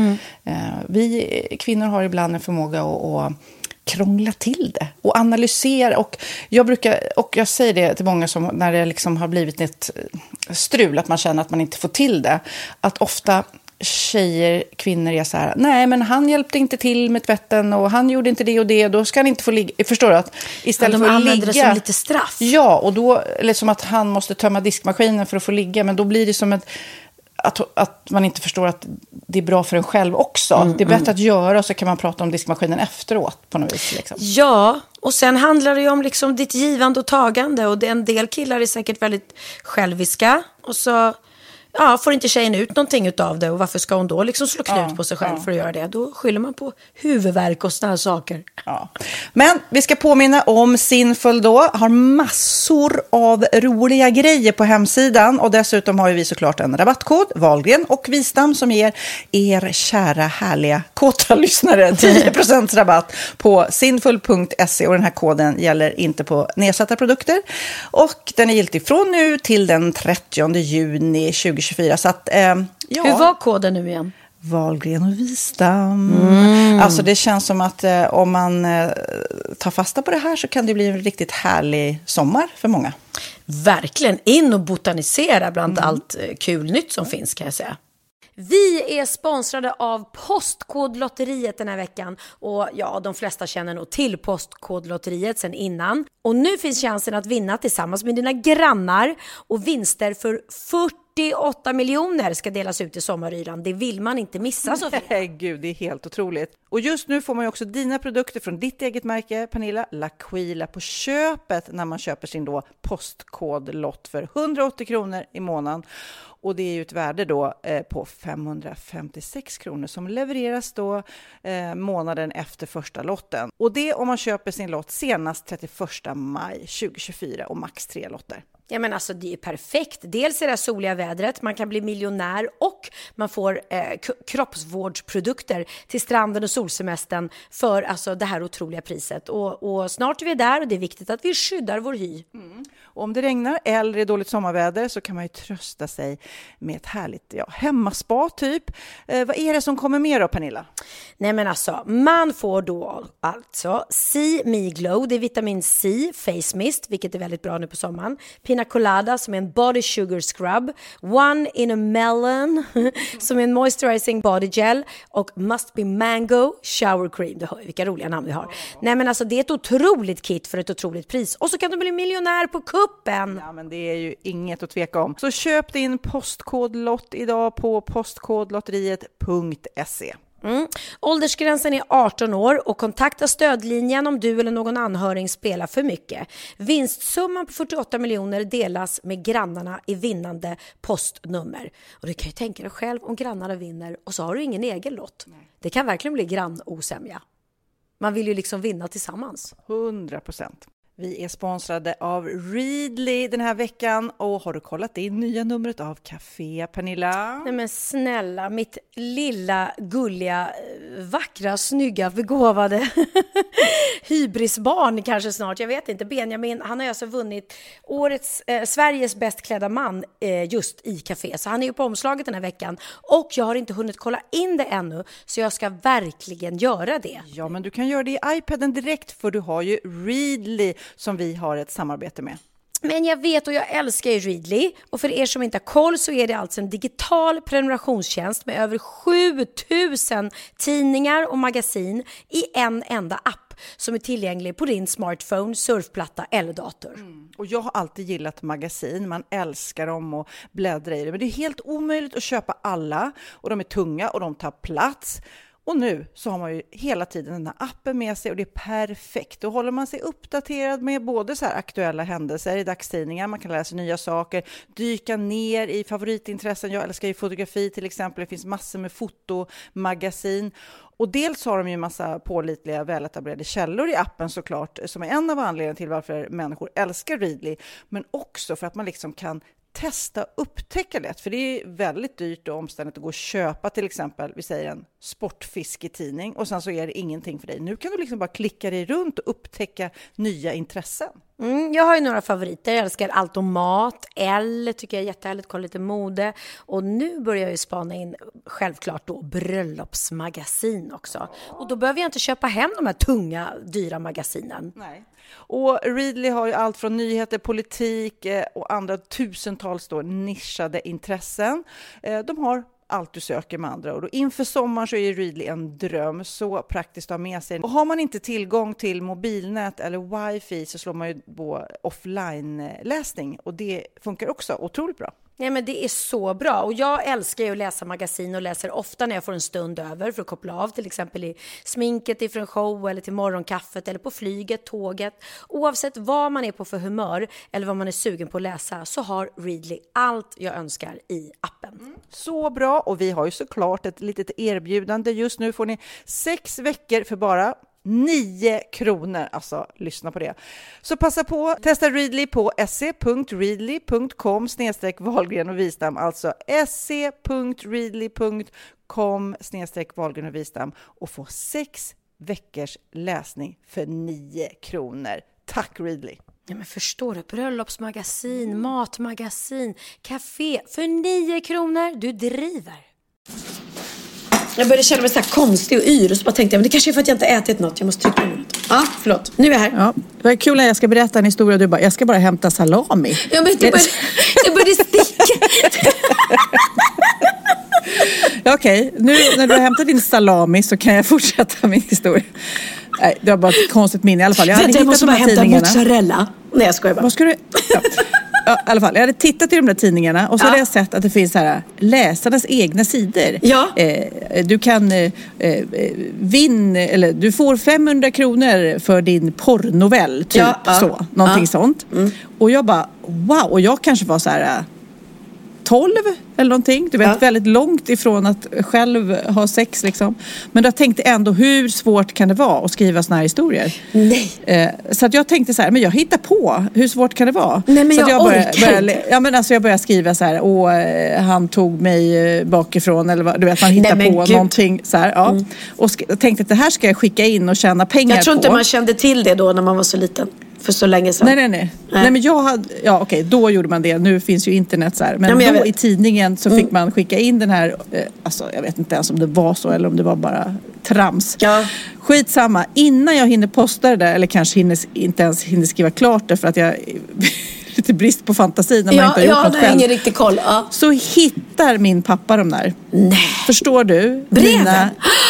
Speaker 4: Vi kvinnor har ibland en förmåga att krångla till det och analysera. Och jag säger det till många som när det liksom har blivit ett strul, att man känner att man inte får till det. Att ofta kvinnor är så här, nej men han hjälpte inte till med tvätten och han gjorde inte det och det, då ska han inte få ligga. Förstår du? Att istället för att ligga,
Speaker 5: det som lite straff.
Speaker 4: Ja, och då eller som att han måste tömma diskmaskinen för att få ligga, men då blir det som att man inte förstår att det är bra för en själv också. Det är bättre att göra, och så kan man prata om diskmaskinen efteråt på något vis. Liksom.
Speaker 5: Ja, och sen handlar det ju om liksom ditt givande och tagande, och en del killar är säkert väldigt själviska, och så får inte tjejen ut någonting utav det, och varför ska hon då liksom slå knut på sig själv för att göra det? Då skyller man på huvudvärk och såna här saker. Ja.
Speaker 4: Men vi ska påminna om Sinful då. Har massor av roliga grejer på hemsidan, och dessutom har vi såklart en rabattkod, Wahlgren och Wistam, som ger er kära härliga kåta lyssnare 10% rabatt på sinful.se, och den här koden gäller inte på nedsatta produkter, och den är giltig från nu till den 30 juni 2024. Så att,
Speaker 5: Hur var koden nu igen?
Speaker 4: Wahlgren och Wistam. Alltså det känns som att om man tar fasta på det här så kan det bli en riktigt härlig sommar för många.
Speaker 5: Verkligen, in och botanisera bland allt kul nytt som finns, kan jag säga. Vi är sponsrade av Postkodlotteriet den här veckan. Och ja, de flesta känner nog till Postkodlotteriet sedan innan. Och nu finns chansen att vinna tillsammans med dina grannar. Och vinster för 48 miljoner ska delas ut i sommaryran. Det vill man inte missa, Sofia.
Speaker 4: Nej, gud, det är helt otroligt. Och just nu får man ju också dina produkter från ditt eget märke, Pernilla, L'Aquila, på köpet när man köper sin då postkodlott för 180 kronor i månaden. Och det är ju ett värde då på 556 kronor som levereras då månaden efter första lotten. Och det om man köper sin lott senast 31 maj 2024 och max 3 lotter.
Speaker 5: Ja, men alltså det är perfekt. Dels är det soliga vädret, man kan bli miljonär och man får kroppsvårdsprodukter till stranden och solsemestern för alltså det här otroliga priset. Och snart är vi där och det är viktigt att vi skyddar vår hy.
Speaker 4: Och om det regnar eller är dåligt sommarväder så kan man ju trösta sig med ett härligt hemmaspa typ. Vad är det som kommer mer då, Pernilla?
Speaker 5: Nej, men alltså man får då alltså See Me Glow, det är vitamin C face mist, vilket är väldigt bra nu på sommaren. Pina Colada som är en body sugar scrub, One in a Melon som är en moisturizing body gel och Must Be Mango shower cream. Du hör vilka roliga namn vi har. Nej, men alltså det är ett otroligt kit för ett otroligt pris. Och så kan du bli miljonär på kuppen.
Speaker 4: Ja, men det är ju inget att tveka om. Så köp din postkodlott idag på postkodlotteriet.se.
Speaker 5: Åldersgränsen är 18 år och kontakta stödlinjen om du eller någon anhörig spelar för mycket. Vinstsumman på 48 miljoner delas med grannarna i vinnande postnummer. Och du kan ju tänka dig själv om grannarna vinner och så har du ingen egen lott. Nej. Det kan verkligen bli grannosämja. Man vill ju liksom vinna tillsammans.
Speaker 4: 100%. Vi är sponsrade av Readly den här veckan. Och har du kollat det nya numret av Café, Pernilla?
Speaker 5: Nej men snälla, mitt lilla, gulliga, vackra, snygga, begåvade hybrisbarn kanske snart. Jag vet inte. Benjamin, han har alltså vunnit årets Sveriges bäst klädda man just i Café. Så han är ju på omslaget den här veckan. Och jag har inte hunnit kolla in det ännu. Så jag ska verkligen göra det.
Speaker 4: Ja, men du kan göra det i iPaden direkt för du har ju Readly som vi har ett samarbete med.
Speaker 5: Men jag vet och jag älskar ju Readly. Och för er som inte har koll så är det alltså en digital prenumerationstjänst med över 7000 tidningar och magasin i en enda app som är tillgänglig på din smartphone, surfplatta eller dator.
Speaker 4: Och jag har alltid gillat magasin. Man älskar dem och bläddra i det. Men det är helt omöjligt att köpa alla. Och de är tunga och de tar plats. Och nu så har man ju hela tiden den här appen med sig och det är perfekt. Då håller man sig uppdaterad med både så här aktuella händelser i dagstidningar. Man kan lära sig nya saker, dyka ner i favoritintressen. Jag älskar ju fotografi till exempel. Det finns massor med fotomagasin. Och dels har de ju en massa pålitliga, väletablerade källor i appen såklart. Som är en av anledningarna till varför människor älskar Readly. Men också för att man liksom kan testa upptäcka lätt, för det är väldigt dyrt och omständigt att gå och köpa till exempel, vi säger en sportfisketidning och sen så är det ingenting för dig. Nu kan du liksom bara klicka dig runt och upptäcka nya intressen.
Speaker 5: Jag har ju några favoriter. Jag älskar allt om mat. Elle tycker jag är jättehärligt. Kolla lite mode. Och nu börjar jag ju spana in självklart då bröllopsmagasin också. Och då behöver jag inte köpa hem de här tunga, dyra magasinen.
Speaker 4: Nej. Och Readly har ju allt från nyheter, politik och andra tusentals då nischade intressen. De har allt du söker med andra ord. Och inför sommaren så är Readly en dröm, så praktiskt att ha med sig. Och har man inte tillgång till mobilnät eller wifi så slår man ju på offline-läsning. Och det funkar också otroligt bra.
Speaker 5: Ja, men det är så bra. Och jag älskar ju att läsa magasin och läser ofta när jag får en stund över för att koppla av. Till exempel i sminket ifrån show eller till morgonkaffet eller på flyget, tåget. Oavsett vad man är på för humör eller vad man är sugen på att läsa så har Readly allt jag önskar i appen.
Speaker 4: Så bra, och vi har ju såklart ett litet erbjudande. Just nu får ni 6 veckor för bara 9 kronor, alltså lyssna på det. Så passa på, testa Readly på se.readly.com/Wahlgren och Wistam, alltså se.readly.com/Wahlgren och Wistam och få 6 veckors läsning för 9 kronor. Tack Readly!
Speaker 5: Ja, men förstår du? Bröllopsmagasin, matmagasin, café för 9 kronor. Du driver! Jag började känna mig så här konstig och yr. Och så bara tänkte jag, men det kanske är för att jag inte ätit något. Jag måste trycka på något. Ja, förlåt. Nu är jag här.
Speaker 4: Ja. Det var kul när jag ska berätta en historia. Du bara, jag ska bara hämta salami.
Speaker 5: Jag började sticka.
Speaker 4: Okej, nu när du har hämtat din salami så kan jag fortsätta min historia. Nej, det var bara ett konstigt minne i alla fall.
Speaker 5: Jag måste bara hämta mozzarella. Nej, jag skojar bara.
Speaker 4: Vad ska du... Ja, i alla fall, jag hade tittat i de där tidningarna och så hade jag sett att det finns så här läsarnas egna sidor.
Speaker 5: Ja.
Speaker 4: Du kan eller du får 500 kronor för din porrnovell, typ så, någonting sånt. Och jag bara, wow, och jag kanske var så här 12 eller någonting. Du vet, väldigt långt ifrån att själv ha sex liksom. Men jag tänkte ändå, hur svårt kan det vara att skriva såna här historier?
Speaker 5: Nej.
Speaker 4: Så att jag tänkte så här, men jag hittar på. Hur svårt kan det vara?
Speaker 5: Nej, men
Speaker 4: så
Speaker 5: jag började
Speaker 4: skriva så här, han tog mig bakifrån eller vad, du vet, man hittar på någonting så här, ja. Och tänkte att det här ska jag skicka in och tjäna pengar på.
Speaker 5: Jag tror inte man kände till det då när man var så liten. För så länge sedan.
Speaker 4: Nej, men jag hade, då gjorde man det. Nu finns ju internet så här. Men då i tidningen så fick man skicka in den här, alltså jag vet inte ens om det var så eller om det var bara trams.
Speaker 5: Ja.
Speaker 4: Skitsamma. Innan jag hinner posta det där, eller kanske inte ens hinner skriva klart det för att jag lite brist på fantasi när man inte har gjort något själv.
Speaker 5: Ingen riktig koll. Ja.
Speaker 4: Så hittar min pappa de där.
Speaker 5: Nej.
Speaker 4: Förstår du?
Speaker 5: Breven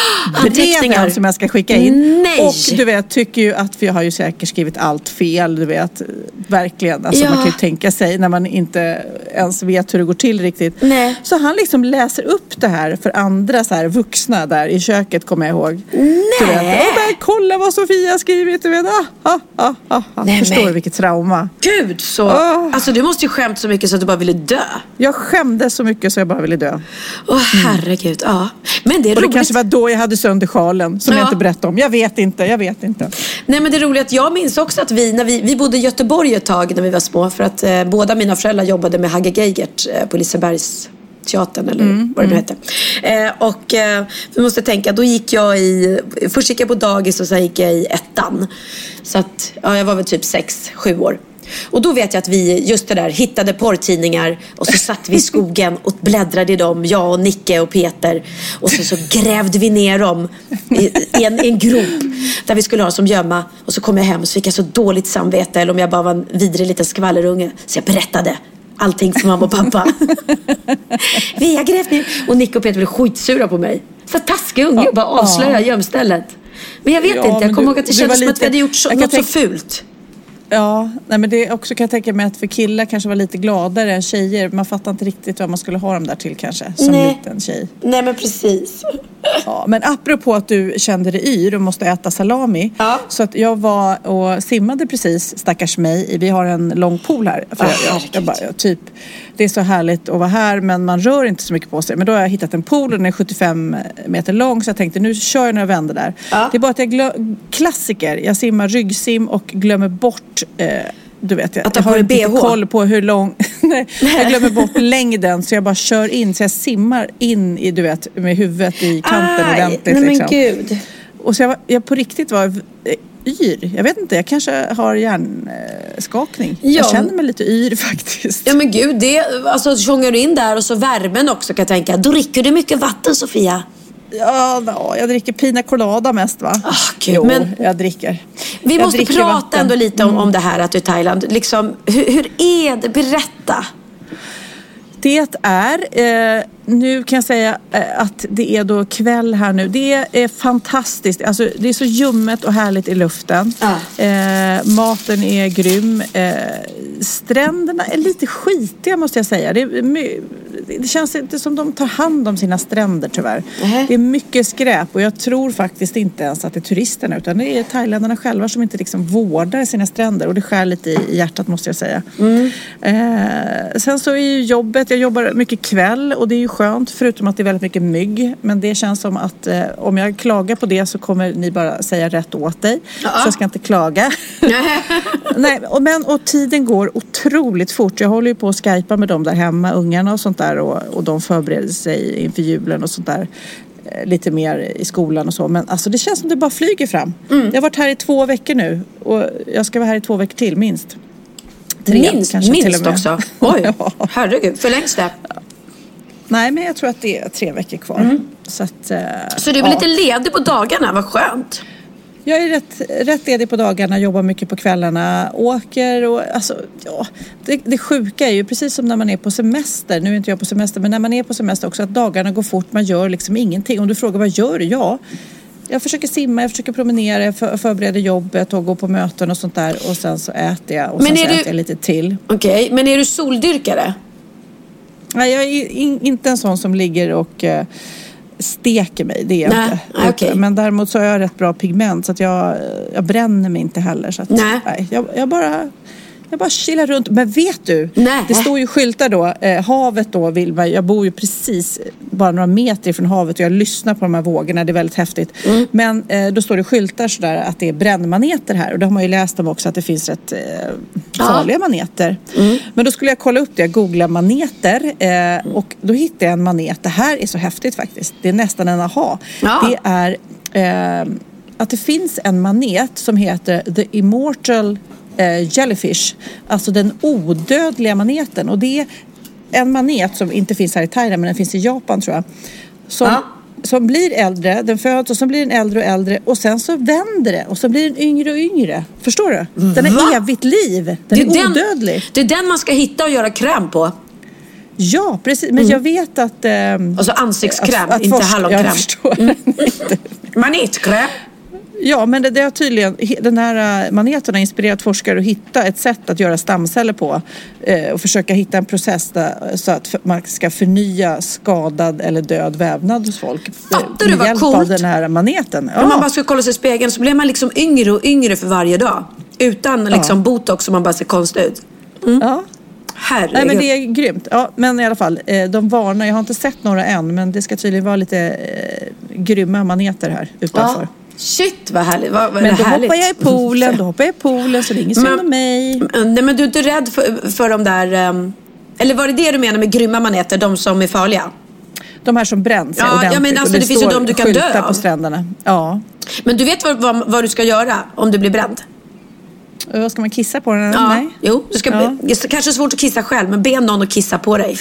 Speaker 4: som jag ska skicka in.
Speaker 5: Nej.
Speaker 4: Och du vet, tycker ju att vi har ju säkert skrivit allt fel, du vet, verkligen. Alltså man kan ju tänka sig när man inte ens vet hur det går till riktigt.
Speaker 5: Nej.
Speaker 4: Så han liksom läser upp det här för andra så här vuxna där i köket, kommer jag ihåg.
Speaker 5: Nej.
Speaker 4: Du vet, kolla vad Sofia har skrivit, du vet.
Speaker 5: Nej,
Speaker 4: förstår du vilket trauma?
Speaker 5: Gud, så. Alltså du måste ju skämt så mycket så att du bara ville dö. Jag
Speaker 4: skämdes så mycket så jag bara ville dö.
Speaker 5: Herregud, ja. Men det är roligt.
Speaker 4: Det kanske var då jag hade sönder sjalen som jag inte berättade om. Jag vet inte.
Speaker 5: Nej, men det är roligt att jag minns också att vi bodde i Göteborg ett tag när vi var små. För att båda mina föräldrar jobbade med Hagge Geigert på Lisebergs teatern eller vad det hette. Och vi måste tänka, då gick jag först gick jag på dagis och sen gick jag i ettan. Så att jag var väl typ 6-7 år. Och då vet jag att vi just det där hittade porrtidningar och så satt vi i skogen och bläddrade i dem, jag och Nicke och Peter, och så grävde vi ner dem i en grop där vi skulle ha som gömma. Och så kom jag hem och så fick jag så dåligt samvete, eller om jag bara var en vidrig liten skvallerunge, så jag berättade allting för mamma och pappa. Vi har grävt ner. Och Nicke och Peter blev skitsura på mig. Så taskig unge och bara avslöja gömstället. Men jag vet inte, jag kommer ihåg att det kändes som att vi hade gjort något så fult.
Speaker 4: Ja, nej, men det också kan jag tänka mig att för killar kanske var lite gladare än tjejer. Man fattar inte riktigt vad man skulle ha dem där till kanske, som liten tjej.
Speaker 5: Nej, men precis.
Speaker 4: Ja, men apropå att du kände dig yr och måste äta salami. Ja. Så att jag var och simmade precis, stackars mig. Vi har en lång pool här. För det är så härligt att vara här, men man rör inte så mycket på sig. Men då har jag hittat en pool och den är 75 meter lång. Så jag tänkte, nu kör jag några vändor där. Ja. Det är bara att klassiker. Jag simmar ryggsim och glömmer bort... du vet, jag har inte koll på hur lång... Nej, jag glömmer bort längden, så jag bara kör in. Så jag simmar in i, du vet, med huvudet i kanten ordentligt.
Speaker 5: Nej, men gud.
Speaker 4: Och så jag på riktigt var yr. Jag vet inte, jag kanske har hjärnskakning. Ja. Jag känner mig lite yr faktiskt.
Speaker 5: Ja, men gud, alltså tjongar du in där och så värmen också, kan jag tänka. Då dricker du mycket vatten, Sofia.
Speaker 4: Ja, jag dricker pina colada mest, va?
Speaker 5: Gud,
Speaker 4: jo,
Speaker 5: men
Speaker 4: jag dricker.
Speaker 5: Vi måste prata ändå lite om det här att du är i Thailand. Liksom, hur är det? Berätta.
Speaker 4: Det är, nu kan jag säga att det är då kväll här nu. Det är fantastiskt. Alltså, det är så ljummet och härligt i luften. Maten är grym. Stränderna är lite skitiga, måste jag säga. Det känns inte som de tar hand om sina stränder, tyvärr. Det är mycket skräp och jag tror faktiskt inte ens att det är turisterna, utan det är thailändarna själva som inte liksom vårdar sina stränder, och det skär lite i hjärtat, måste jag säga. Sen så är ju jobbet, jag jobbar mycket kväll och det är ju skönt, förutom att det är väldigt mycket mygg, men det känns som att om jag klagar på det så kommer ni bara säga rätt åt dig. Så jag ska inte klaga. Nej, och tiden går otroligt fort. Jag håller ju på att skypa med dem där hemma, ungarna och sånt där, och de förbereder sig inför julen och sånt där, lite mer i skolan och så. Men alltså det känns som det bara flyger fram. Jag har varit här i 2 veckor nu och jag ska vara här i 2 veckor till, minst. 3 kanske
Speaker 5: minst
Speaker 4: till och med.
Speaker 5: Också? Oj, herregud, förlängs det?
Speaker 4: Nej, men jag tror att det är 3 veckor kvar.
Speaker 5: Så du är lite ledig på dagarna, vad skönt.
Speaker 4: Jag är rätt ledig på dagarna, jobbar mycket på kvällarna, åker och alltså, ja, det sjuka är ju precis som när man är på semester. Nu är inte jag på semester, men när man är på semester också, att dagarna går fort, man gör liksom ingenting. Om du frågar vad gör du? Ja, jag försöker simma, jag försöker promenera, jag förbereder jobbet och gå på möten och sånt där. Och sen så äter jag och sen så äter jag lite till.
Speaker 5: Okej, men är du soldyrkare?
Speaker 4: Nej, jag är inte en sån som ligger och steker mig, det är jag inte.
Speaker 5: Okay.
Speaker 4: Men däremot så har jag rätt bra pigment så att jag bränner mig inte heller. Så att, nej, jag bara chillar runt. Men vet du, det står ju skyltar då, havet då vill man, jag bor ju precis bara några meter från havet och jag lyssnar på de här vågorna, det är väldigt häftigt. Men då står det skyltar sådär att det är brännmaneter här och då har man ju läst om också att det finns rätt farliga maneter. Men då skulle jag kolla upp det, jag googlar maneter och då hittade jag en manet. Det här är så häftigt faktiskt, det är nästan en aha. Det är att det finns en manet som heter The Immortal Jellyfish, alltså den odödliga maneten, och det är en manet som inte finns här i Thailand men den finns i Japan tror jag, som blir äldre, den föds och så blir den äldre och äldre och sen så vänder det och så blir den yngre och yngre, förstår du? Den är evigt liv, den är odödlig.
Speaker 5: Det är den man ska hitta och göra kräm på.
Speaker 4: Ja, precis, men jag vet att
Speaker 5: alltså ansiktskräm, inte hallonkräm.
Speaker 4: Jag förstår
Speaker 5: manetkräm.
Speaker 4: Ja, men det har tydligen, den här maneten har inspirerat forskare att hitta ett sätt att göra stamceller på och försöka hitta en process där, så att man ska förnya skadad eller död vävnad hos folk.
Speaker 5: Fattar du vad coolt?
Speaker 4: Av den här maneten.
Speaker 5: Om man bara ska kolla sig i spegeln så blir man liksom yngre och yngre för varje dag. Utan liksom botox som man bara ser konstigt ut.
Speaker 4: Ja.
Speaker 5: Herregud.
Speaker 4: Nej, men det är grymt. Ja, men i alla fall, de varnar, jag har inte sett några än, men det ska tydligen vara lite grymma maneter här utanför. Ja.
Speaker 5: Shit, vad härligt. Vad
Speaker 4: men då hoppar jag i poolen, så det är ingen synd om mig.
Speaker 5: Nej, men du är inte rädd för de där eller var det du menar med grymma maneter, de som är farliga?
Speaker 4: De här som bränns ordentligt.
Speaker 5: Ja, men alltså det finns ju de du kan dö av
Speaker 4: på stränderna. Ja.
Speaker 5: Men du vet vad du ska göra om du blir bränd?
Speaker 4: Vad ska man kissa på den?
Speaker 5: Ja,
Speaker 4: nej.
Speaker 5: Jo, det är kanske svårt att kissa själv, men be någon att kissa på dig.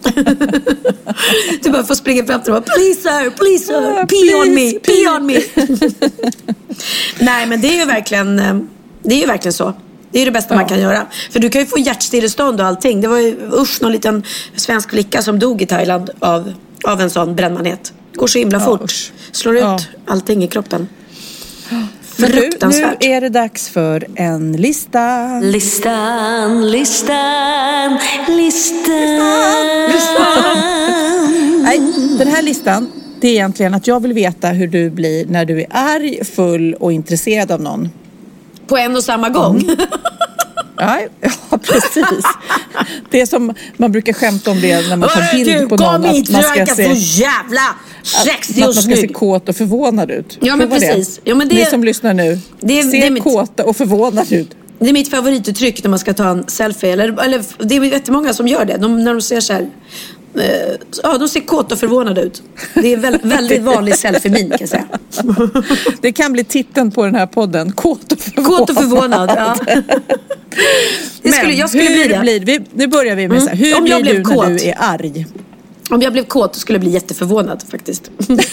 Speaker 5: Du bara får springa fram till dem och please sir, pee on me. Nej, men det är ju verkligen så. Det är det bästa man kan göra. För du kan ju få hjärtstillestånd och allting. Det var ju någon liten svensk flicka som dog i Thailand av en sån brännmanet. Går så himla fort. Slår ut allting i kroppen.
Speaker 4: Nu är det dags för en lista.
Speaker 5: Listan.
Speaker 4: Nej, den här listan, det är egentligen att jag vill veta hur du blir när du är arg, full och intresserad av någon.
Speaker 5: På en och samma gång?
Speaker 4: Ja, precis. Det är som man brukar skämta om det när man tar bild på någon.
Speaker 5: Att man ska se så jävla sexig och snygg.
Speaker 4: Att man ska se kåt och förvånad ut.
Speaker 5: Ja, men precis. Ja, men
Speaker 4: ni som lyssnar nu, se kåta och förvånad ut.
Speaker 5: Det är mitt favorituttryck när man ska ta en selfie. Eller det är jättemånga som gör det. När de ser så här... de ser kåt och förvånad ut. Det är väldigt vanlig selfie-min, kan jag säga.
Speaker 4: Det kan bli titeln på den här podden. Kåt och förvånad.
Speaker 5: Ja. Jag skulle bli det.
Speaker 4: Nu börjar vi med så här. Hur
Speaker 5: om
Speaker 4: blir du när du är arg?
Speaker 5: Om jag blev kåt skulle jag bli jätteförvånad faktiskt.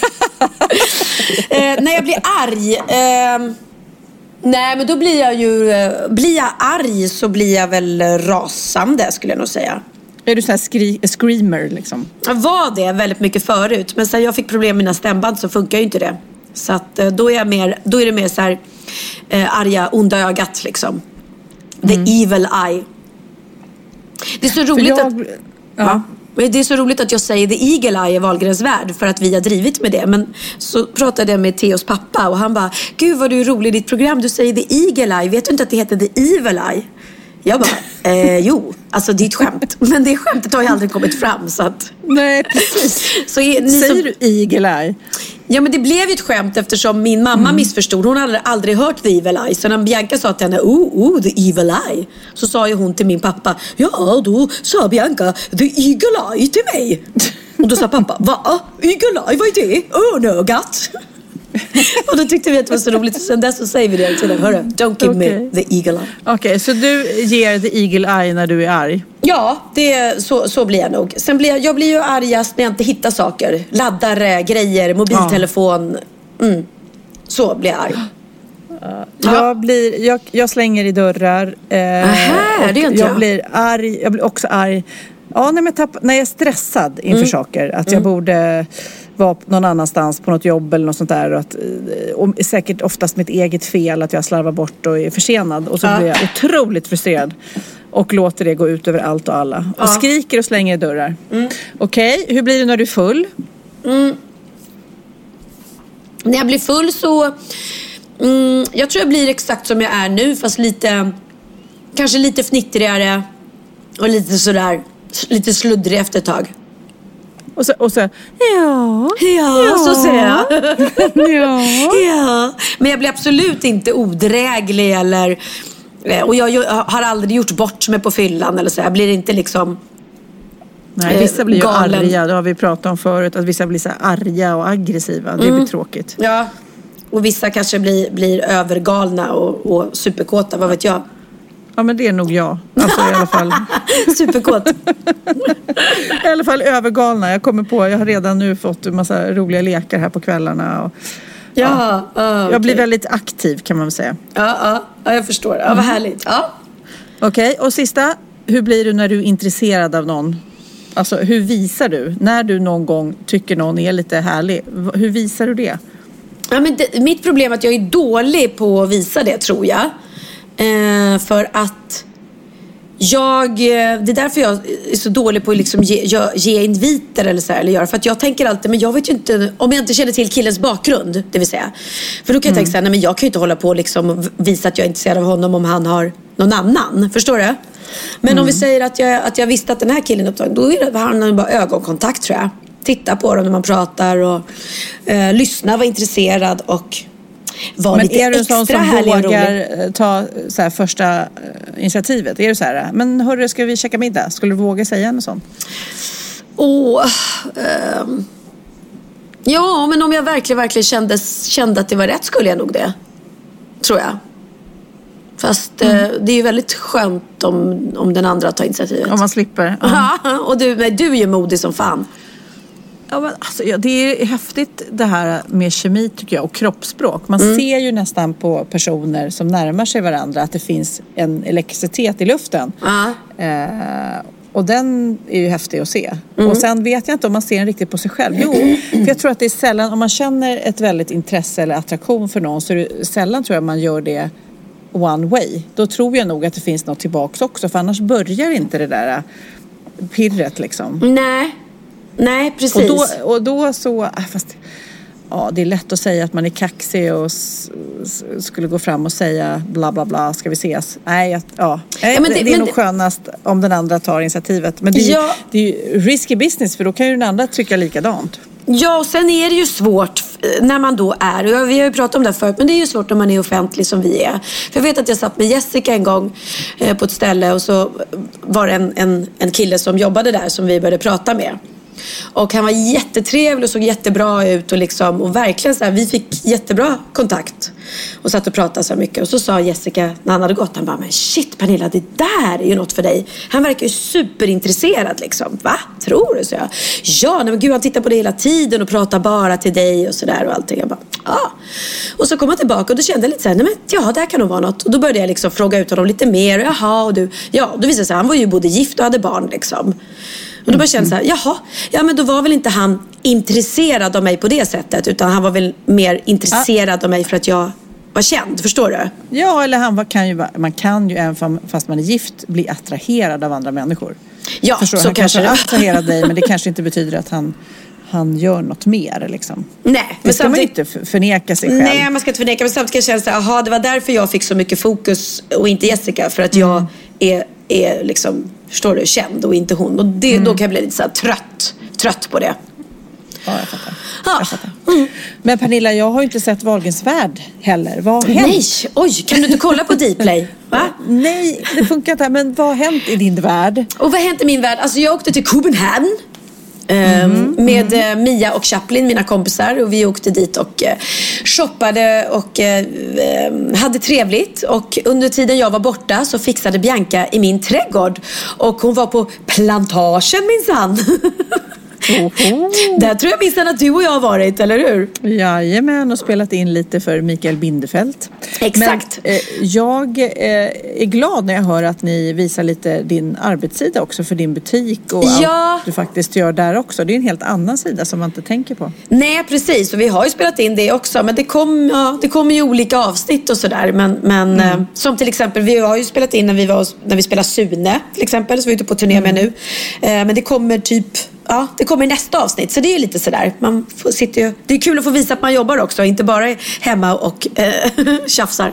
Speaker 5: När jag blir arg... nej, men då blir jag ju... Blir jag arg så blir jag väl rasande, skulle jag nog säga.
Speaker 4: Är du så här screamer liksom?
Speaker 5: Jag var det väldigt mycket förut. Men sen jag fick problem med mina stämband så funkar ju inte det. Så att då är det mer så här arga, onda ögat liksom. The evil eye. Det är så roligt det är så roligt att jag säger the eagle eye i Wahlgrens värld, för att vi har drivit med det. Men så pratade jag med Theos pappa och han bara, gud vad du är rolig i ditt program, du säger the eagle eye, vet du inte att det heter the evil eye? Jag bara, jo, alltså det är ett skämt. Men det skämtet har ju aldrig kommit fram, så att...
Speaker 4: Nej, precis.
Speaker 5: Så
Speaker 4: säger du eagle eye?
Speaker 5: Ja, men det blev ju ett skämt eftersom min mamma missförstod. Hon hade aldrig hört the evil eye. Så när Bianca sa till henne, the evil eye, så sa ju hon till min pappa, ja, då sa Bianca the eagle eye till mig. Och då sa pappa, va? Eagle eye, vad är det? Örnögat. Och då tyckte vi att det var så roligt. Och sen dess så säger vi det till den. Hörru, don't give me the eagle eye.
Speaker 4: Okej, så du ger the eagle eye när du är arg?
Speaker 5: Ja, så blir jag nog. Sen jag blir ju argast när jag inte hittar saker. Laddare, grejer, mobiltelefon. Så blir jag arg.
Speaker 4: Jag slänger i dörrar.
Speaker 5: Aha, det gör inte
Speaker 4: jag blir arg. Jag blir också arg. Ja, när jag är stressad inför saker. Att jag borde vara någon annanstans på något jobb eller något sånt där. Och säkert oftast mitt eget fel att jag slarvar bort och är försenad. Och så blir jag otroligt frustrerad. Och låter det gå ut över allt och alla. Och skriker och slänger i dörrar. Okej, hur blir det när du är full?
Speaker 5: När jag blir full så... jag tror jag blir exakt som jag är nu. Fast kanske lite fnittrigare. Och lite sådär... Lite sluddrig efter ett tag.
Speaker 4: Och så
Speaker 5: så säger jag. Ja. Men jag blir absolut inte odräglig eller... Och jag har aldrig gjort bort mig på fyllan eller så. Jag blir inte liksom...
Speaker 4: Nej, vissa blir ju arga. Det har vi pratat om förut. Att vissa blir så arga och aggressiva. Det blir tråkigt.
Speaker 5: Ja. Och vissa kanske blir övergalna och superkåta. Vad vet jag?
Speaker 4: Ja, men det är nog jag. Alltså i alla fall.
Speaker 5: Superkåt.
Speaker 4: I alla fall övergalna. Jag har redan nu fått en massa roliga lekar här på kvällarna. Och, jag blir väldigt aktiv kan man väl säga.
Speaker 5: Ja, jag förstår. Ja, vad härligt. Ja.
Speaker 4: Okej, och sista. Hur blir du när du är intresserad av någon? Alltså, hur visar du? När du någon gång tycker någon är lite härlig. Hur visar du det?
Speaker 5: Ja, men mitt problem är att jag är dålig på att visa det, tror jag. För att det är därför jag är så dålig på att liksom ge inviter eller så här, eller göra. För att jag tänker alltid, men jag vet ju inte, om jag inte känner till killens bakgrund, det vill säga. För då kan jag tänka så här, nej men jag kan ju inte hålla på och liksom visa att jag är intresserad av honom om han har någon annan, förstår du? Men om vi säger att jag visste att den här killen upptag, då är det han bara ögonkontakt, tror jag. Titta på dem när man pratar och lyssna, vara intresserad och vara
Speaker 4: men
Speaker 5: lite extra härlig. Men är du en sån som vågar
Speaker 4: ta så här, första initiativet? Är du så här, men hörru, ska vi käka middag? Skulle du våga säga något sånt?
Speaker 5: Ja, men om jag verkligen kände att det var rätt, skulle jag nog det. Tror jag. Fast det är ju väldigt skönt om den andra tar initiativet.
Speaker 4: Om man slipper.
Speaker 5: Och du är ju modig som fan.
Speaker 4: Ja, men alltså, det är häftigt det här med kemi, tycker jag, och kroppsspråk. Man ser ju nästan på personer som närmar sig varandra att det finns en elektricitet i luften. Och den är ju häftig att se. Och sen vet jag inte om man ser den riktigt på sig själv. Jo, för jag tror att det är sällan, om man känner ett väldigt intresse eller attraktion för någon, så är det sällan, tror jag, man gör det one way. Då tror jag nog att det finns något tillbaks också. För annars börjar inte det där pirret liksom.
Speaker 5: Nej, precis.
Speaker 4: Och då så... Fast, ja, det är lätt att säga att man är kaxig och skulle gå fram och säga bla bla bla, ska vi ses? Nej, det är nog skönast om den andra tar initiativet. Men det är ju risky business, för då kan ju den andra tycka likadant.
Speaker 5: Ja, och sen är det ju svårt när man då är, och vi har ju pratat om det förut, men det är ju svårt när man är offentlig som vi är. För jag vet att jag satt med Jessica en gång på ett ställe, och så var det en kille som jobbade där som vi började prata med. Och han var jättetrevlig och såg jättebra ut och verkligen så här, vi fick jättebra kontakt och satt och pratade så mycket. Och så sa Jessica när han hade gått, han bara, men shit Pernilla, det där är ju något för dig. Han verkar ju superintresserad liksom. Va? Tror du? Så jag. Ja, nej men gud, han tittar på dig hela tiden och pratar bara till dig och sådär och allting. Jag bara, ja. Och så kom han tillbaka och då kände jag lite så här, nej men ja, det här kan nog vara något. Och då började jag liksom fråga ut honom lite mer. Jaha, och du, ja, då visade det sig, han var ju både gift och hade barn liksom. Och då bara kände jag så här, ja men då var väl inte han intresserad av mig på det sättet, utan han var väl mer intresserad av mig för att jag var känd, förstår du? Ja, eller man kan ju även fast man är gift bli attraherad av andra människor. Ja, förstår, så han kanske attraherar dig, men det kanske inte betyder att han gör något mer liksom. Nej, men ska man inte förneka sig själv. Nej, man ska inte förneka, men samtidigt kan jag känna så här, det var därför jag fick så mycket fokus och inte Jessica, för att jag är liksom, förstår du, känd och inte hon. Och då kan jag bli lite så här trött på det. Ja, jag fattar. Men Pernilla, jag har ju inte sett Wahlgrens värld heller. Vad har hänt? Nej, oj, kan du inte kolla på Dplay? Va? Nej, det funkar inte. Men vad har hänt i din värld? Och vad har hänt i min värld? Alltså jag åkte till Copenhagen. med Mia och Chaplin, mina kompisar, och vi åkte dit och shoppade och hade trevligt. Och under tiden jag var borta så fixade Bianca i min trädgård, och hon var på plantagen minsann. Där tror jag minsann att du och jag har varit, eller hur?
Speaker 4: Jajamän, och spelat in lite för Mikael Bindefeld.
Speaker 5: Exakt.
Speaker 4: Men jag är glad när jag hör att ni visar lite din arbetssida också för din butik och allt du faktiskt gör där också. Det är en helt annan sida som man inte tänker på.
Speaker 5: Nej, precis. Och vi har ju spelat in det också. Men det kommer ju olika avsnitt och sådär. Men som till exempel, vi har ju spelat in när vi spelar Sune till exempel. Så vi är ute på turné med nu. Men det kommer det kommer i nästa avsnitt. Så det är ju lite sådär. Det är kul att få visa att man jobbar också. Inte bara hemma och tjafsar.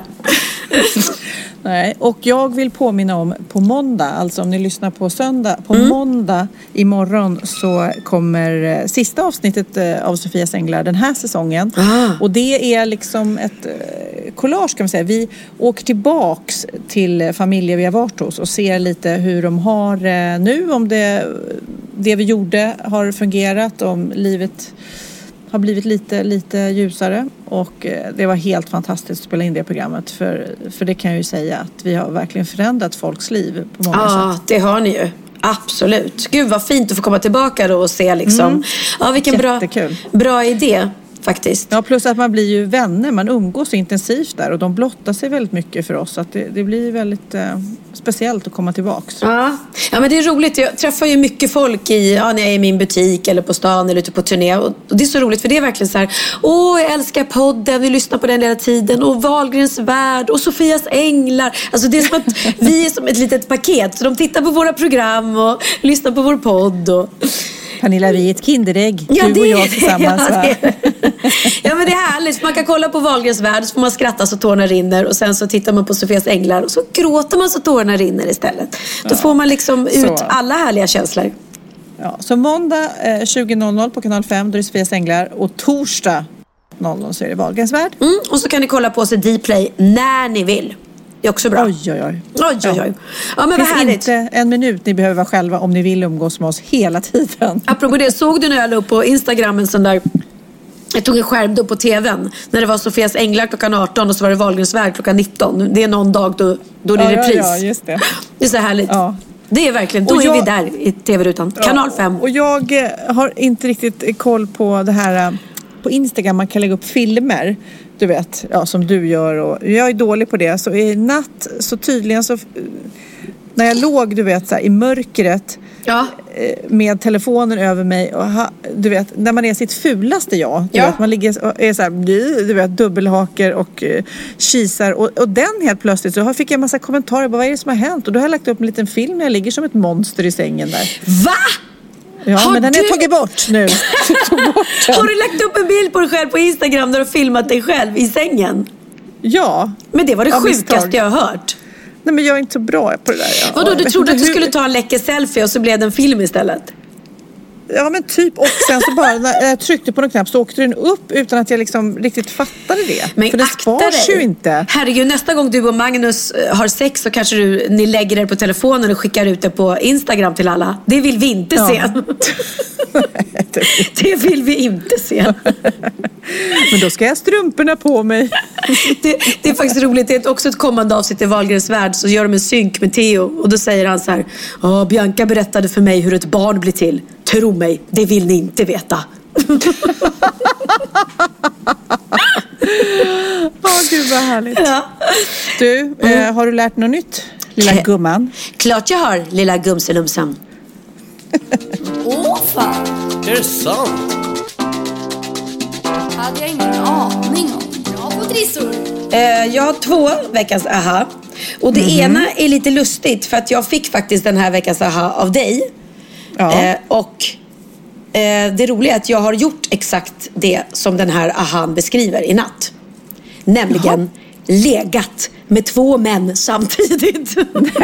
Speaker 4: Nej, och jag vill påminna om på måndag, alltså om ni lyssnar på söndag, på måndag imorgon så kommer sista avsnittet av Sofias Änglar den här säsongen. Och det är liksom ett collage kan man säga. Vi åker tillbaks till familjer vi har varit hos och ser lite hur de har nu, om det vi gjorde har fungerat, om livet har blivit lite ljusare, och det var helt fantastiskt att spela in det programmet för det kan jag ju säga att vi har verkligen förändrat folks liv på många sätt. Ja,
Speaker 5: det har ni ju. Absolut. Gud vad fint att få komma tillbaka då och se liksom. Ja, vilken bra idé faktiskt. Ja, plus att man blir ju vänner, man umgås så intensivt där och de blottar sig väldigt mycket för oss, så att det blir väldigt speciellt att komma tillbaks. Ja, men det är roligt. Jag träffar ju mycket folk när jag är i min butik eller på stan eller ute på turné, och det är så roligt för det är verkligen så här: jag älskar podden, vi lyssnar på den hela tiden, och Wahlgrens värld och Sofias Änglar. Alltså det är som att vi är som ett litet paket, så de tittar på våra program och lyssnar på vår podd och
Speaker 4: Pernilla, vi är ett kinderägg. Du och jag tillsammans.
Speaker 5: Ja, men det är härligt. Man kan kolla på Wahlgrens värld, så får man skratta så tårarna rinner. Och sen så tittar man på Sofias Änglar och så gråter man så tårarna rinner istället. Då får man liksom ut alla härliga känslor. Ja, så måndag 20.00 på kanal 5 då är det Sofias Änglar, och torsdag 00 så är det Wahlgrens värld. Och så kan ni kolla på oss i Dplay när ni vill. Det är också bra. Oj. Ja, men vad härligt. Inte en minut ni behöver vara själva om ni vill umgås med oss hela tiden. Apropå det, såg du när jag la upp på Instagram en sån där... Jag tog en skärm då på tvn när det var Sofias Änglar klockan 18 och så var det Wahlgrens värld klockan 19. Det är någon dag då det är repris. Ja, just det. Det är så härligt. Ja. Det är verkligen, då är vi där i tv-rutan. Kanal 5. Och jag har inte riktigt koll på det här på Instagram. Man kan lägga upp filmer, du vet, som du gör, och jag är dålig på det. Så i natt så tydligen så när jag låg, du vet, så här, i mörkret med telefonen över mig och du vet, när man är sitt fulaste du vet, man ligger och är så här, du vet, dubbelhaker och kisar och den helt plötsligt så fick jag en massa kommentarer, vad är det som har hänt? Och då har jag lagt upp en liten film när jag ligger som ett monster i sängen där. Va? Ja, men den är tagit bort nu. Har du lagt upp en bild på dig själv på Instagram där du har filmat dig själv i sängen? Ja. Men det var det sjukaste jag har hört. Nej, men jag är inte så bra på det där. Vadå, du trodde att du skulle ta en läcker selfie och så blev det en film istället? Ja, men typ. Och sen så bara när jag tryckte på någon knapp så åkte den upp utan att jag liksom riktigt fattade det. Men för det sparas ju inte. Herregud, nästa gång du och Magnus har sex så kanske ni lägger er på telefonen och skickar ut det på Instagram till alla. Det vill vi inte se. Det vill vi inte se. Men då ska jag strumporna på mig. Det är faktiskt roligt. Det är också ett kommande avsnitt i Wahlgrens värld, så gör de en synk med Theo och då säger han så här: Bianca berättade för mig hur ett barn blir till. Tro mig, det vill ni inte veta. Gud vad härligt. Du, har du lärt något nytt, lilla gumman? Klart jag har, lilla gumselumsan. Fan.
Speaker 8: Är det sant? Hade jag ingen aning om. Jag har fått trissor.
Speaker 5: Jag har 2 veckans aha. Och det ena är lite lustigt, för att jag fick faktiskt den här veckans aha av dig. Och det roliga är att jag har gjort exakt det som den här ahan beskriver i natt. Nämligen legat med 2 män samtidigt.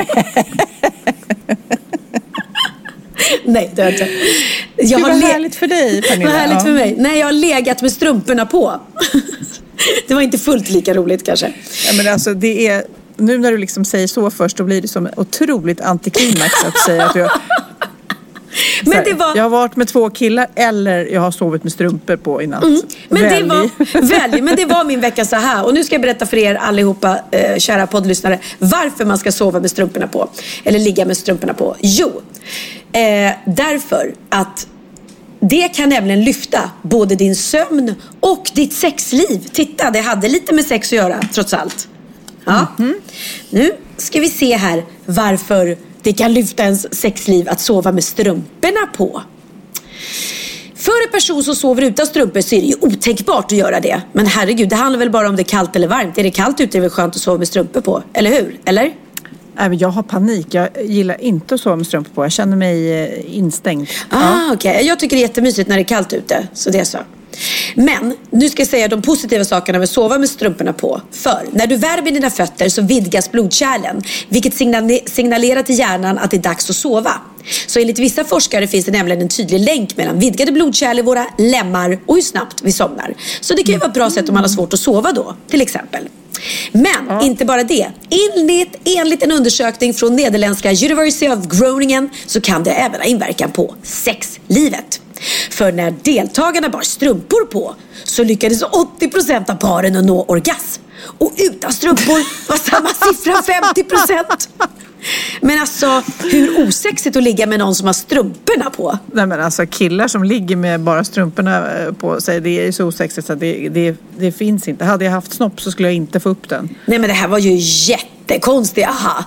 Speaker 5: Nej, det har inte. Det var härligt för dig, Pernilla. Det var härligt för mig. Nej, jag har legat med strumporna på. Det var inte fullt lika roligt kanske. Ja, men alltså det är... Nu när du liksom säger så först, då blir det som otroligt antiklimax att säga att du... Men det var...
Speaker 4: Jag har varit med 2 killar eller jag har sovit med strumpor på i natt.
Speaker 5: Men det var min vecka så här. Och nu ska jag berätta för er allihopa, kära poddlyssnare, varför man ska sova med strumporna på. Eller ligga med strumporna på. Jo, därför att det kan nämligen lyfta både din sömn och ditt sexliv. Titta, det hade lite med sex att göra, trots allt. Ja. Nu ska vi se här varför det kan lyfta ens sexliv att sova med strumporna på. För en person som sover utan strumpor så är det ju otänkbart att göra det. Men herregud, det handlar väl bara om det är kallt eller varmt. Är det kallt ute är det väl skönt att sova med strumpor på, eller hur? Eller?
Speaker 4: Jag har panik. Jag gillar inte att sova med strumpor på. Jag känner mig instängd.
Speaker 5: Okej. Jag tycker det är jättemysigt när det är kallt ute. Så det är så. Men nu ska jag säga de positiva sakerna med att sova med strumporna på. För när du värmer dina fötter så vidgas blodkärlen, vilket signalerar till hjärnan att det är dags att sova. Så enligt vissa forskare finns det nämligen en tydlig länk mellan vidgade blodkärl i våra lemmar och hur snabbt vi somnar. Så det kan ju vara ett bra sätt om man har svårt att sova då, till exempel. Men inte bara det. Enligt en undersökning från nederländska University of Groningen så kan det även ha inverkan på sexlivet. För när deltagarna bar strumpor på så lyckades 80% av paren att nå orgasm. Och utan strumpor var samma siffra 50%. Men alltså, hur osexigt att ligga med någon som har strumporna på?
Speaker 4: Nej men alltså, killar som ligger med bara strumporna på sig, det är ju så osexigt så det finns inte. Hade jag haft snopp så skulle jag inte få upp den.
Speaker 5: Nej men det här var ju jättekonstigt, aha.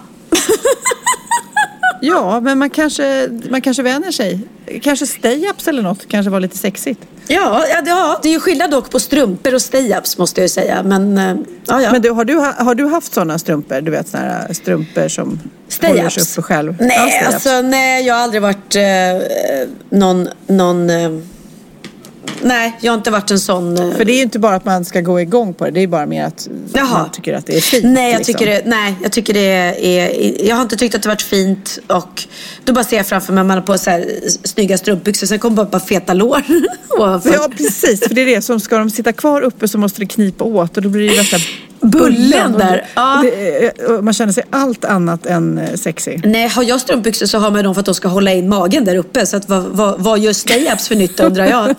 Speaker 4: Ja, men man kanske vänjer sig. Kanske stay-ups eller något kanske var lite sexigt.
Speaker 5: Ja, det är ju skillnad dock på strumpor och stay-ups måste jag säga. Men, ja.
Speaker 4: Men har du haft sådana strumpor? Du vet, såna här strumpor som håller sig uppe själv?
Speaker 5: Nej, jag har aldrig varit Nej, jag har inte varit en sån...
Speaker 4: För det är ju inte bara att man ska gå igång på det. Det är bara mer att man tycker att det är fint.
Speaker 5: Nej, jag tycker det är... Jag har inte tyckt att det varit fint. Och då bara ser jag framför mig man har på så här snygga strumpbyxor. Sen kommer bara feta lår.
Speaker 4: Ja, precis. För det är det som ska de sitta kvar uppe så måste det knipa åt. Och då blir det värsta
Speaker 5: bullen där.
Speaker 4: Man känner sig allt annat än sexy.
Speaker 5: Nej, har jag strumpbyxor så har man dem för att de ska hålla in magen där uppe. Så att vad gör stay-ups för nytta undrar jag.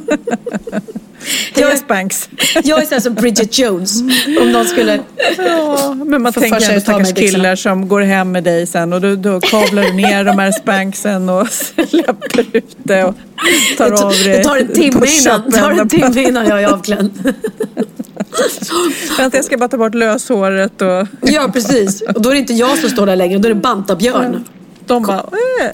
Speaker 4: Jag
Speaker 5: är så här som Bridget Jones. Om någon skulle...
Speaker 4: Ja, men man tänker på stackars killar som går hem med dig sen. Och då kavlar du ner de här spanksen och släpper ut det och tar av det.
Speaker 5: Det tar en timme innan jag är avklädd.
Speaker 4: Vänta, jag ska bara ta bort löshåret och...
Speaker 5: Ja, precis. Och då är det inte jag som står där längre. Då är det Bantabjörn.
Speaker 4: De bara...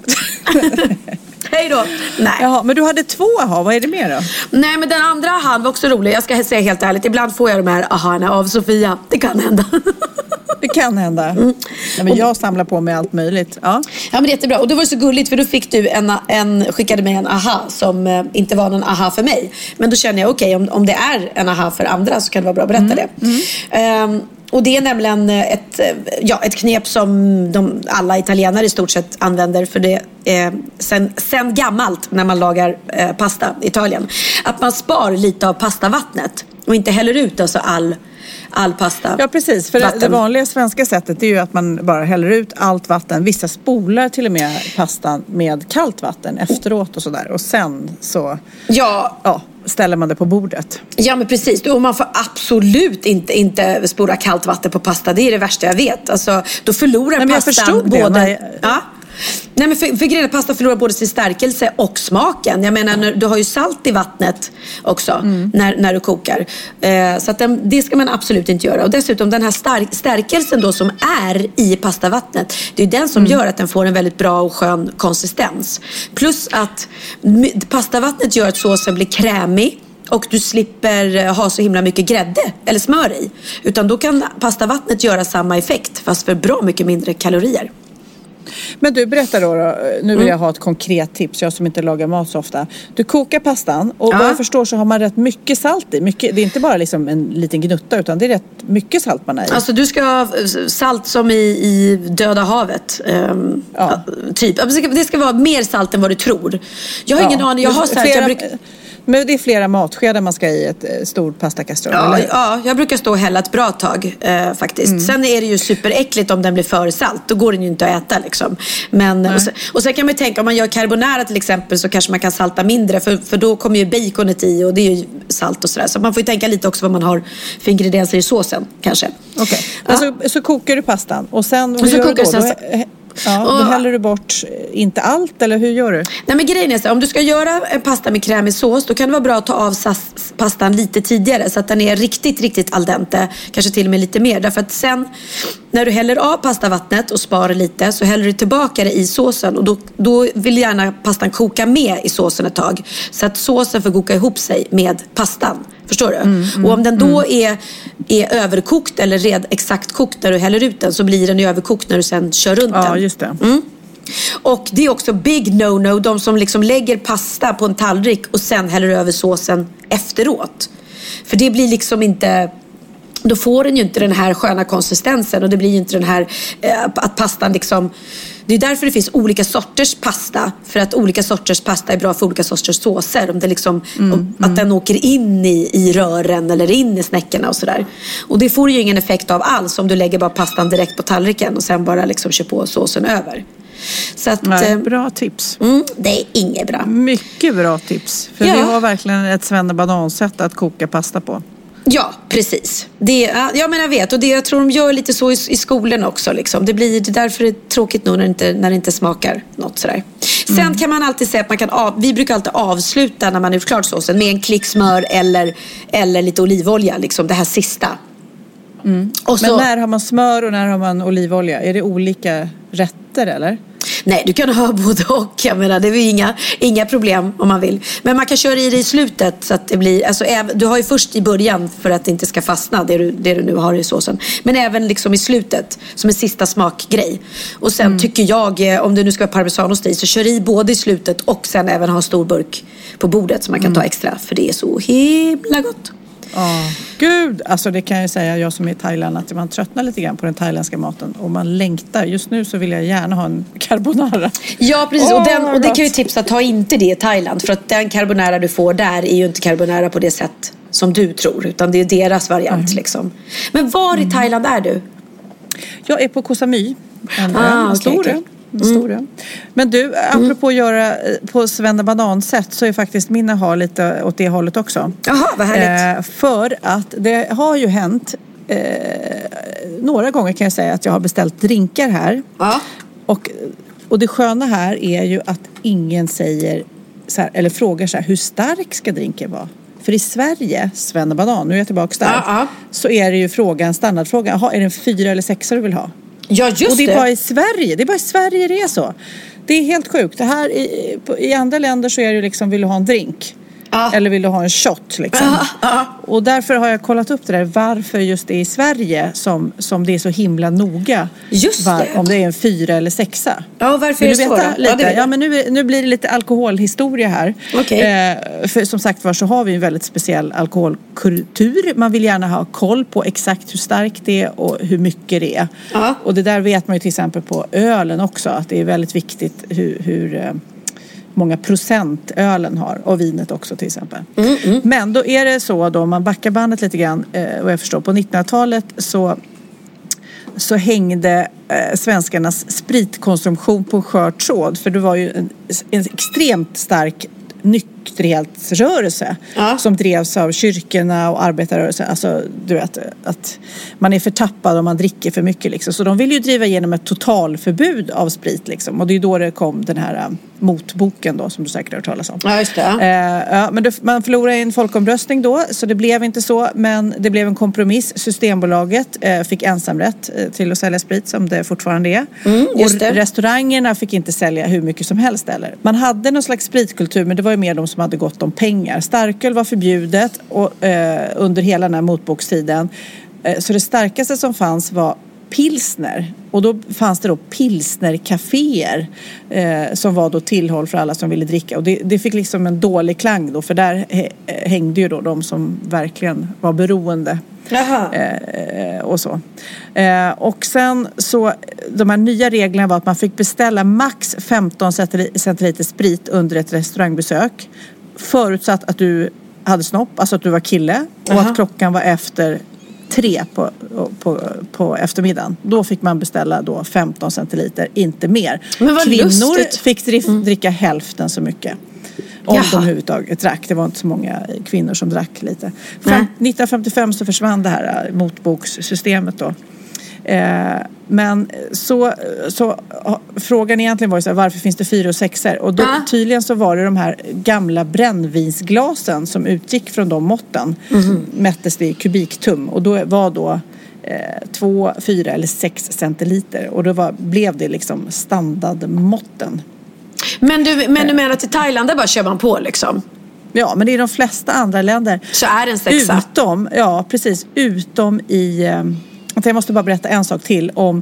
Speaker 5: Hej då. Nej.
Speaker 4: Jaha, men du hade 2 aha. Vad är det mer då?
Speaker 5: Nej, men den andra ahan var också rolig. Jag ska säga helt ärligt. Ibland får jag de här ahaerna av Sofia. Det kan hända.
Speaker 4: Det kan hända. Ja, men jag samlar på mig allt möjligt. Ja,
Speaker 5: men det är jättebra. Och då var det så gulligt för då fick du skickade mig en aha som inte var någon aha för mig. Men då känner jag okej, om det är en aha för andra så kan det vara bra att berätta det. Och det är nämligen ett knep som alla italienare i stort sett använder för det sen gammalt när man lagar pasta i Italien. Att man spar lite av pastavattnet och inte häller ut alltså all pasta.
Speaker 4: Ja, precis. För det vanliga svenska sättet är ju att man bara häller ut allt vatten. Vissa spolar till och med pastan med kallt vatten efteråt och sådär. Och sen så ställer man det på bordet. Ja, men precis. Och man får absolut inte spola kallt vatten på pasta. Det är det värsta jag vet. Alltså, då förlorar pastan jag förstod
Speaker 5: både... Ja. Nej, men för grejen är pasta förlorar både sin stärkelse och smaken. Jag menar, du har ju salt i vattnet också när du kokar. Så att det ska man absolut inte göra. Och dessutom den här stärkelsen då som är i pastavattnet, det är den som gör att den får en väldigt bra och skön konsistens. Plus att pastavattnet gör att såsen blir krämig. Och du slipper ha så himla mycket grädde eller smör i. Utan då kan pastavattnet göra samma effekt fast för bra mycket mindre kalorier.
Speaker 4: Men du, berättar då, nu vill jag ha ett konkret tips, jag som inte lagar mat så ofta. Du kokar pastan och vad jag förstår så har man rätt mycket salt i. Det är inte bara liksom en liten gnutta utan det är rätt mycket salt man har i.
Speaker 5: Alltså du ska ha salt som i Döda havet. Typ. Det ska vara mer salt än vad du tror. Jag har ingen aning. Jag har
Speaker 4: Men det är flera matskedar man ska i ett stort pastakastrull, eller?
Speaker 5: Ja, jag brukar stå och hälla ett bra tag faktiskt. Sen är det ju superäckligt om den blir för salt. Då går den ju inte att äta liksom. Men, och sen kan man ju tänka, om man gör carbonara till exempel, så kanske man kan salta mindre. För då kommer ju baconet i, och det är ju salt och sådär. Så man får ju tänka lite också vad man har för ingredienser i såsen kanske.
Speaker 4: Okej. Alltså, så kokar du pastan och sen hur gör du då? Då häller du bort inte allt, eller hur gör du?
Speaker 5: Nej, men grejen är så, om du ska göra en pasta med krämig sås, då kan det vara bra att ta av pastan lite tidigare så att den är riktigt al dente, kanske till och med lite mer. Därför att sen när du häller av pastavattnet och sparar lite, så häller du tillbaka det i såsen, och då vill gärna pastan koka med i såsen ett tag, så att såsen får koka ihop sig med pastan. Förstår du? Och om den då är överkokt eller exakt kokt när du häller ut den, så blir den överkokt när du sen kör runt den.
Speaker 4: Ja, just det.
Speaker 5: Och det är också big no-no, de som liksom lägger pasta på en tallrik och sen häller över såsen efteråt. För det blir liksom inte... Då får den ju inte den här sköna konsistensen, och det blir ju inte den här att pastan liksom... Det är därför det finns olika sorters pasta, för att olika sorters pasta är bra för olika sorters såser. Om det liksom, att den åker in i rören eller in i snäckorna och sådär. Och det får ju ingen effekt av alls om du lägger bara pastan direkt på tallriken och sen bara liksom kör på såsen över. Så att,
Speaker 4: bra tips.
Speaker 5: Det är inget bra.
Speaker 4: Mycket bra tips. För vi har verkligen ett svennebanansätt att koka pasta på.
Speaker 5: Ja, precis. Men jag vet, och jag tror de gör lite så i skolan också liksom. Det är därför det är tråkigt nog när det inte smakar något sådär. Sen kan man alltid säga att vi brukar alltid avsluta när man är klart såsen med en klick smör eller lite olivolja liksom, det här sista. Och
Speaker 4: men när har man smör och när har man olivolja? Är det olika rätter eller?
Speaker 5: Nej, du kan ha både och. Jag menar, det är ju inga problem om man vill. Men man kan köra i det i slutet så att det blir... Alltså, du har ju först i början för att det inte ska fastna det du nu har i såsen. Men även liksom i slutet som en sista smakgrej. Och sen tycker jag, om det nu ska vara parmesanost i, så kör i både i slutet och sen även ha en stor burk på bordet som man kan ta extra. För det är så himla gott.
Speaker 4: Gud, alltså det kan jag säga, jag som är i Thailand, att man tröttnar lite grann på den thailändska maten och man längtar. Just nu så vill jag gärna ha en carbonara.
Speaker 5: Ja, precis. Och det kan ju tipsa, ta inte det i Thailand, för att den carbonara du får där är ju inte carbonara på det sätt som du tror, utan det är deras variant liksom. Men var i Thailand är du?
Speaker 4: Jag är på Koh Samui. En stor. Men du, apropå göra på svennebanansätt, så är faktiskt mina har lite åt det hållet också.
Speaker 5: Jaha, vad härligt.
Speaker 4: För att det har ju hänt några gånger, kan jag säga, att jag har beställt drinkar här.
Speaker 5: Ja.
Speaker 4: Och det sköna här är ju att ingen säger så här, eller frågar så här, hur stark ska drinken vara? För i Sverige, svennebanan, nu är jag tillbaka där, så är det ju standardfrågan, är det en 4 eller 6 du vill ha?
Speaker 5: Ja, just det.
Speaker 4: Och det är bara i Sverige. Det är bara i Sverige det är så. Det är helt sjukt. Det här i andra länder så är det ju liksom, vill du ha en drink? Eller vill du ha en shot liksom? Och därför har jag kollat upp det där. Varför just det är i Sverige som det är så himla noga.
Speaker 5: Just det.
Speaker 4: Om det är en 4 eller 6.
Speaker 5: Ja, varför är det så då?
Speaker 4: Lite? Ja, men nu blir det lite alkoholhistoria här. För som sagt var så har vi en väldigt speciell alkoholkultur. Man vill gärna ha koll på exakt hur starkt det är och hur mycket det är. Och det där vet man ju till exempel på ölen också. Att det är väldigt viktigt hur många procent ölen har, och vinet också till exempel. Men då är det så då, om man backar bandet lite grann, och jag förstår, på 1900-talet så hängde svenskarnas spritkonsumtion på skör tråd, för det var ju en extremt stark nykterhetsrörelse som drevs av kyrkorna och arbetarrörelsen. Alltså du vet att man är förtappad om man dricker för mycket liksom. Så de vill ju driva igenom ett totalförbud av sprit liksom. Och det är då det kom den här motboken då, som du säkert har hört talas om.
Speaker 5: Ja, just det.
Speaker 4: Men man förlorade en folkomröstning då, så det blev inte så, men det blev en kompromiss. Systembolaget fick ensamrätt till att sälja sprit, som det fortfarande är. Och restaurangerna fick inte sälja hur mycket som helst heller. Man hade någon slags spritkultur, men det var ju mer de som hade gott om pengar. Starköl var förbjudet och, under hela den här motbokstiden. Så det starkaste som fanns var pilsner. Och då fanns det då pilsnercaféer som var då tillhåll för alla som ville dricka. Och det fick liksom en dålig klang då, för där hängde ju då de som verkligen var beroende. Och så. Och sen så de här nya reglerna var att man fick beställa max 15 centiliter sprit under ett restaurangbesök. förutsatt att du hade snopp, alltså att du var kille och att klockan var efter 3 på eftermiddagen. Då fick man beställa då 15 centiliter, inte mer.
Speaker 5: Men vad
Speaker 4: kvinnor
Speaker 5: lustigt.
Speaker 4: fick dricka hälften så mycket. Om de överhuvudtaget drack. Det var inte så många kvinnor som drack lite. 1955 så försvann det här motbokssystemet då. Men så frågan egentligen var ju så här, varför finns det 4 och 6er? Och då, tydligen så var det de här gamla brännvinsglasen som utgick från de måtten. Mättes det i kubiktum. Och då var 2, 4 eller 6 centiliter. Och då blev det liksom standardmåtten.
Speaker 5: Men du menar att i Thailand där bara kör man på liksom?
Speaker 4: Ja, men i de flesta andra länder.
Speaker 5: Så är det en 6.
Speaker 4: Utom i... Jag måste bara berätta en sak till om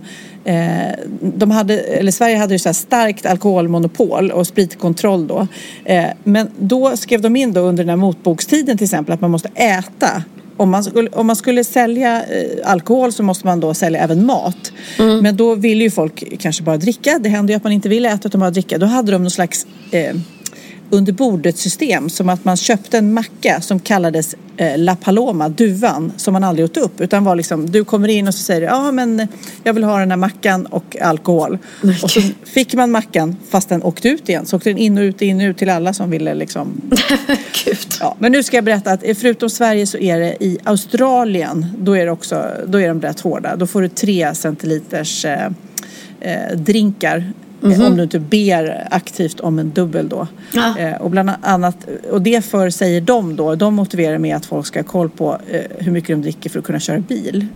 Speaker 4: Sverige hade ju så här starkt alkoholmonopol och spritkontroll då. Men då skrev de in då under den här motbokstiden till exempel att man måste äta. Om man skulle sälja alkohol så måste man då sälja även mat. Men då ville ju folk kanske bara dricka. Det hände ju att man inte ville äta utan bara dricka. Då hade de någon slags under bordet system som att man köpte en macka som kallades La Paloma, duvan, som man aldrig åt upp, utan var liksom, du kommer in och så säger du, men jag vill ha den här mackan och alkohol. Okay. Och så fick man mackan fast den åkte ut igen, så åkte den in och ut till alla som ville liksom. Ja, men nu ska jag berätta att förutom Sverige så är det i Australien, då är de rätt hårda. Då får du 3 centiliters drinkar. Om du inte ber aktivt om en dubbel då. Och bland annat, och det säger de då, de motiverar med att folk ska ha koll på hur mycket de dricker för att kunna köra bil.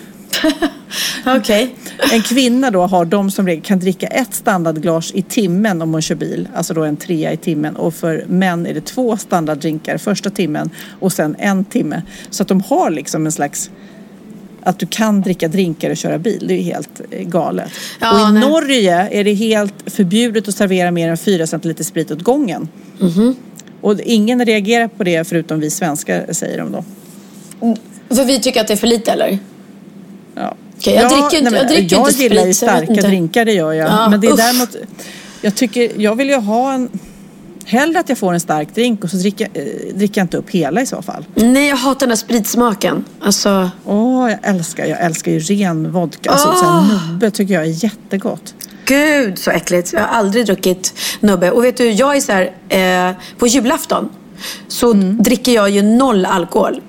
Speaker 5: Okej.
Speaker 4: En kvinna då har de som regel kan dricka 1 standardglas i timmen om hon kör bil, alltså då en 3 i timmen, och för män är det 2 standarddrinkar första timmen och sen 1 timme, så att de har liksom en slags att du kan dricka drinkar och köra bil. Det är helt galet. Och i Norge är det helt förbjudet att servera mer än 4 centiliter sprit åt gången. Och ingen reagerar på det förutom vi svenskar, säger de då.
Speaker 5: För vi tycker att det är för lite, eller?
Speaker 4: Ja.
Speaker 5: Okay, jag
Speaker 4: gillar ju starka drinkar, det gör jag. Men det är däremot, jag vill ju ha hellre att jag får en stark drink och så dricker jag inte upp hela i så fall.
Speaker 5: Nej, jag hatar den här spritsmaken. Alltså...
Speaker 4: jag älskar ju ren vodka. Alltså så här nubbe tycker jag är jättegott.
Speaker 5: Gud, så äckligt. Jag har aldrig druckit nubbe. Och vet du, jag är så här, på julafton så dricker jag ju 0 alkohol.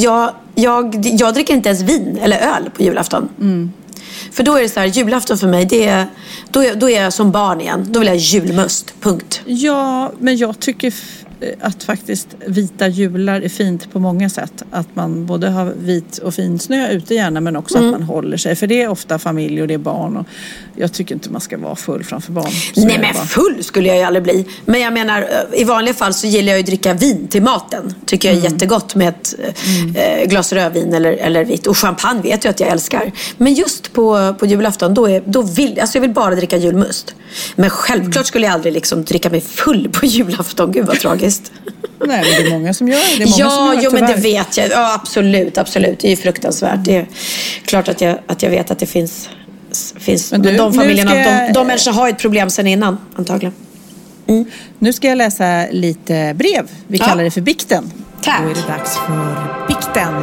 Speaker 5: Jag dricker inte ens vin eller öl på julafton. För då är det så här, julafton för mig, då är jag som barn igen. Då vill jag julmust, punkt.
Speaker 4: Ja, men jag tycker att faktiskt vita jular är fint på många sätt. Att man både har vit och fin snö ute gärna, men också att man håller sig. För det är ofta familj och det är barn. Och jag tycker inte man ska vara full framför barn.
Speaker 5: Nej, men full skulle jag ju aldrig bli. Men jag menar, i vanliga fall så gillar jag ju att dricka vin till maten. Tycker jag är jättegott med ett glas rödvin eller vitt. Och champagne vet jag att jag älskar. Men just på julafton, jag vill bara dricka julmust. Men självklart skulle jag aldrig liksom dricka mig full på julafton. Gud vad tragiskt.
Speaker 4: Nej, men det är många som gör det.
Speaker 5: Men det vet jag. Ja, absolut. Det är ju fruktansvärt. Det är klart att jag vet att det finns men de familjerna, de människorna har ett problem sen innan, antagligen.
Speaker 4: Nu ska jag läsa lite brev. Vi kallar det för bikten.
Speaker 5: Tack.
Speaker 4: Då är det dags för bikten.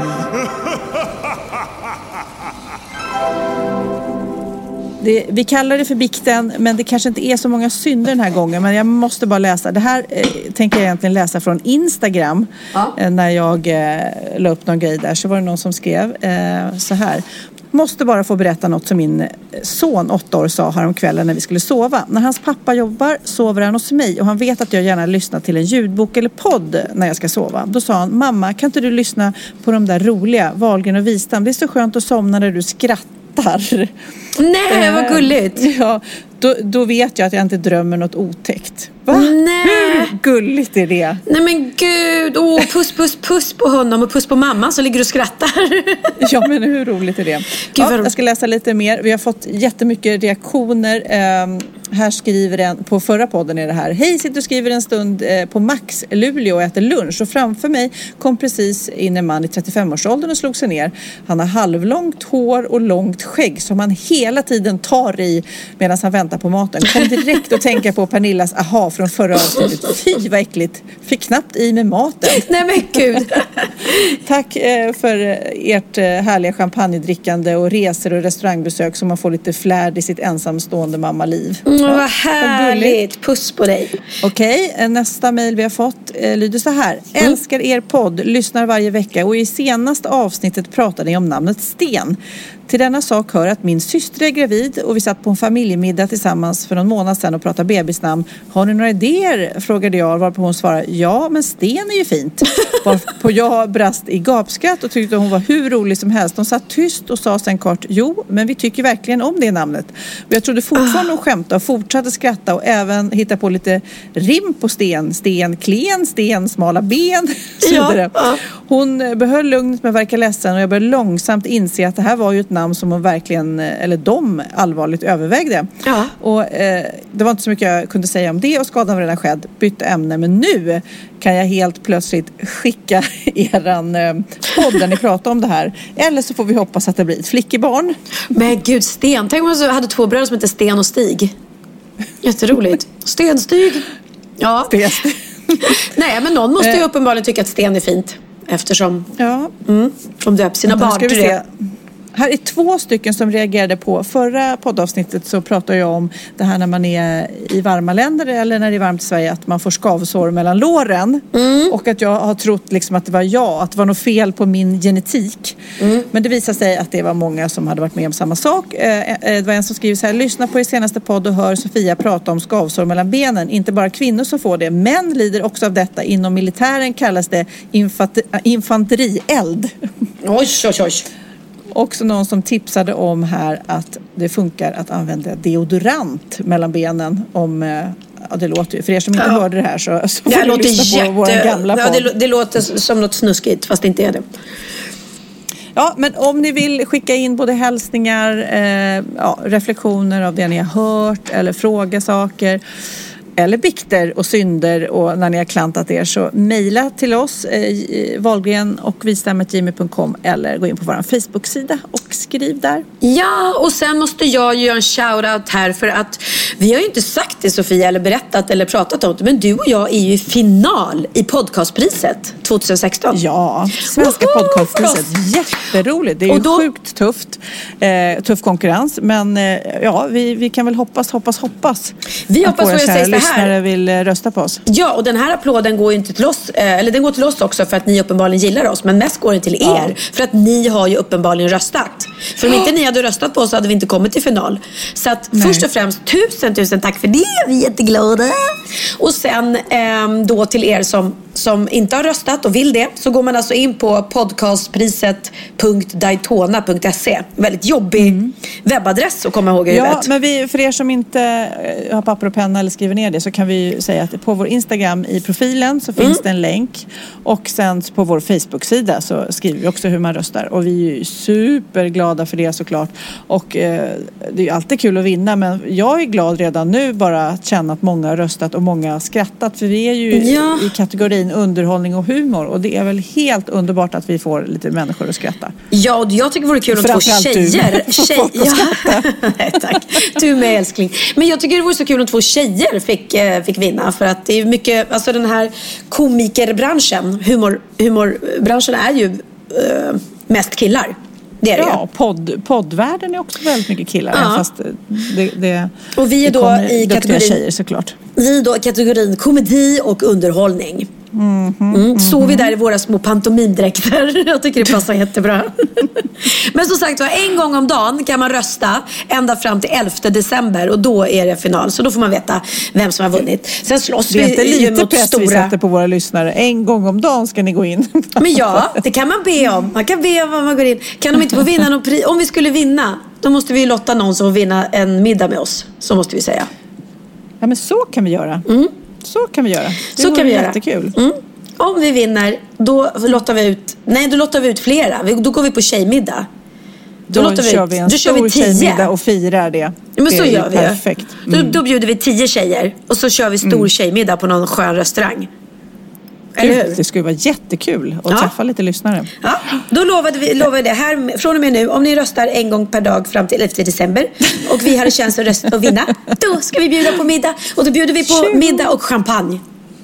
Speaker 4: Vi kallar det för bikten, men det kanske inte är så många synder den här gången. Men jag måste bara läsa. Det här tänker jag egentligen läsa från Instagram. När jag la upp någon grej där så var det någon som skrev så här. Måste bara få berätta något som min son 8 år sa häromkvällen när vi skulle sova. När hans pappa jobbar sover han hos mig och han vet att jag gärna lyssnar till en ljudbok eller podd när jag ska sova. Då sa han, mamma, kan inte du lyssna på de där roliga, Wahlgren och Wistam? Det är så skönt att somna när du skrattar.
Speaker 5: Nej, vad gulligt.
Speaker 4: Ja, då vet jag att jag inte drömmer något otäckt. Va?
Speaker 5: Nej.
Speaker 4: Hur gulligt är det?
Speaker 5: Nej men gud, puss på honom och puss på mamma så ligger du och skrattar.
Speaker 4: Ja, men hur roligt är det? Jag ska läsa lite mer. Vi har fått jättemycket reaktioner. Här skriver en, på förra podden är det här. Hej, sitter och skriver en stund på Max Luleå och äter lunch. Och framför mig kom precis in en man i 35-årsåldern och slog sig ner. Han har halvlångt hår och långt skägg som han hela tiden tar i medan han väntar vänta på maten. Kom direkt att tänka på Pernillas aha från förra avsnittet. Fy vad äckligt. Fick knappt i med maten.
Speaker 5: Nej men gud.
Speaker 4: Tack för ert härliga champagnedrickande och resor och restaurangbesök som man får lite flärd i sitt ensamstående mammaliv.
Speaker 5: Vad härligt. Puss på dig.
Speaker 4: Okej, nästa mejl vi har fått lyder så här. Älskar er podd, lyssnar varje vecka och i senaste avsnittet pratade ni om namnet Sten. Till denna sak hör att min syster är gravid och vi satt på en familjemiddag tillsammans för någon månad sedan och pratade bebisnamn. Har ni några idéer? Frågade jag, varpå hon svarade ja, men Sten är ju fint. Varpå jag brast i gapskratt och tyckte hon var hur rolig som helst. Hon satt tyst och sa sen kort, jo, men vi tycker verkligen om det namnet. Och jag trodde fortfarande hon skämtade och fortsatte skratta och även hitta på lite rim på sten. Sten, klen, sten, smala ben. Ja. Hon behöll lugnet men verkar ledsen och jag började långsamt inse att det här var ju ett namn som hon verkligen, eller de allvarligt övervägde. Ja. Och det var inte så mycket jag kunde säga om det och skadan var redan skedd. Bytte ämne, men nu kan jag helt plötsligt skicka eran podd där ni pratar om det här. Eller så får vi hoppas att det blir ett flickebarn.
Speaker 5: Men gud, Sten. Tänk om man hade 2 bröder som heter Sten och Stig. Jätteroligt. Stenstig. Ja.
Speaker 4: Stenstig.
Speaker 5: Nej, men någon måste ju uppenbarligen tycka att Sten är fint. Eftersom de döper sina barn till det.
Speaker 4: Här är 2 stycken som reagerade på förra poddavsnittet, så pratar jag om det här när man är i varma länder eller när det är varmt i Sverige, att man får skavsår mellan låren. Och att jag har trott liksom att det var att det var något fel på min genetik. Men det visar sig att det var många som hade varit med om samma sak. Det var en som skriver så här: lyssna på er senaste podd och hör Sofia prata om skavsår mellan benen. Inte bara kvinnor som får det, män lider också av detta. Inom militären kallas det infanterield.
Speaker 5: Oj.
Speaker 4: Också någon som tipsade om här att det funkar att använda deodorant mellan benen om... Ja, det låter ju. För er som inte hörde det här så får ni lyssna på vår gamla podd.
Speaker 5: Det låter som något snuskigt, fast det inte är det.
Speaker 4: Ja, men om ni vill skicka in både hälsningar, reflektioner av det ni har hört eller fråga saker eller bikter och synder och när ni har klantat er, så mejla till oss Wahlgren och vistammet@gmail.com eller gå in på vår Facebook-sida och skriv där.
Speaker 5: Ja, och sen måste jag göra en shoutout här för att vi har ju inte sagt det, Sofia, eller berättat eller pratat om det, men du och jag är ju i final i podcastpriset 2016.
Speaker 4: Ja, Svenska podcastpriset. Jätteroligt. Det är ju sjukt tufft. Tuff konkurrens, men vi kan väl hoppas.
Speaker 5: Vi hoppas att jag säger
Speaker 4: lyssnare vill rösta på oss.
Speaker 5: Ja, och den här applåden går ju inte till oss, eller den går till oss också för att ni uppenbarligen gillar oss, men mest går den till er för att ni har ju uppenbarligen röstat. För om inte ni hade röstat på oss så hade vi inte kommit till final. Så att först och främst tusen tack för det, vi är jätteglada. Och sen då till er som inte har röstat och vill det, så går man alltså in på podcastpriset.daytona.se. Väldigt jobbig webbadress att komma ihåg i huvudet.
Speaker 4: Ja, men för er som inte har papper och penna eller skriver ner det, så kan vi säga att på vår Instagram i profilen så finns det en länk, och sen på vår Facebook-sida så skriver vi också hur man röstar, och vi är ju superglada för det såklart. Och det är ju alltid kul att vinna, men jag är glad redan nu bara att känna att många har röstat och många har skrattat, för vi är ju i kategorin underhållning och humor, och det är väl helt underbart att vi får lite människor att skratta.
Speaker 5: Ja, och jag tycker det vore kul om 2 tjejer. Nej, tack. Du med, älskling. Men jag tycker det vore så kul om 2 tjejer fick vinna, för att det är mycket, alltså den här komikerbranschen, humorbranschen är ju mest killar. Det är det.
Speaker 4: Ja, poddvärlden är också väldigt mycket killar. Ja. Fast
Speaker 5: och vi är då i kategorin
Speaker 4: tjejer, såklart.
Speaker 5: Vi är då i kategorin komedi och underhållning. Så vi där i våra små pantomimdräkter. Jag tycker det passar jättebra. Men som sagt, en gång om dagen kan man rösta ända fram till 11 december, och då är det final. Så då får man veta vem som har vunnit. Sen slåss vi mot stora...
Speaker 4: Det är inte lite press vi sätter på våra lyssnare. En gång om dagen ska ni gå in.
Speaker 5: Men ja, det kan man be om. Man kan be om vad man går in. Kan de inte få vinna någon pris? Om vi skulle vinna, då måste vi lotta någon som får vinna en middag med oss. Så måste vi säga.
Speaker 4: Ja, men så kan vi göra. Så kan vi göra. Det
Speaker 5: så kan vi göra.
Speaker 4: Jättekul.
Speaker 5: Om vi vinner, då lottar vi ut flera. Då går vi på tjejmiddag.
Speaker 4: Då kör vi en stor tjejmiddag och firar det.
Speaker 5: Men det så gör vi.
Speaker 4: Perfekt.
Speaker 5: Då bjuder vi 10 tjejer och så kör vi stor tjejmiddag på någon skön restaurang. Eller hur?
Speaker 4: Det skulle vara jättekul att träffa lite lyssnare.
Speaker 5: Ja, då lovade vi det här från och med nu. Om ni röstar en gång per dag fram till 11 december och vi hade chans att rösta och vinna, då ska vi bjuda på middag. Och då bjuder vi på middag och champagne.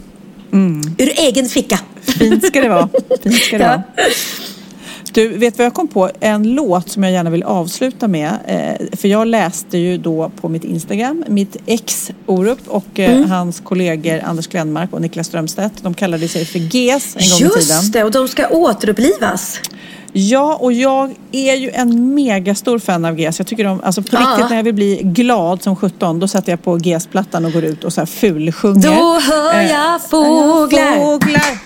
Speaker 5: Ur egen ficka.
Speaker 4: Fint ska det vara. Vara. Du, vet vad jag kom på? En låt som jag gärna vill avsluta med. För jag läste ju då på mitt Instagram, mitt ex Orup och hans kollegor Anders Glenmark och Niklas Strömstedt. De kallade sig för GES en gång i tiden.
Speaker 5: Just det, och de ska återupplivas.
Speaker 4: Ja, och jag är ju en megastor fan av GES. Jag tycker alltså på riktigt när jag vill bli glad som 17, då sätter jag på GES-plattan och går ut och så här fulsjunger.
Speaker 5: Då hör jag fåglar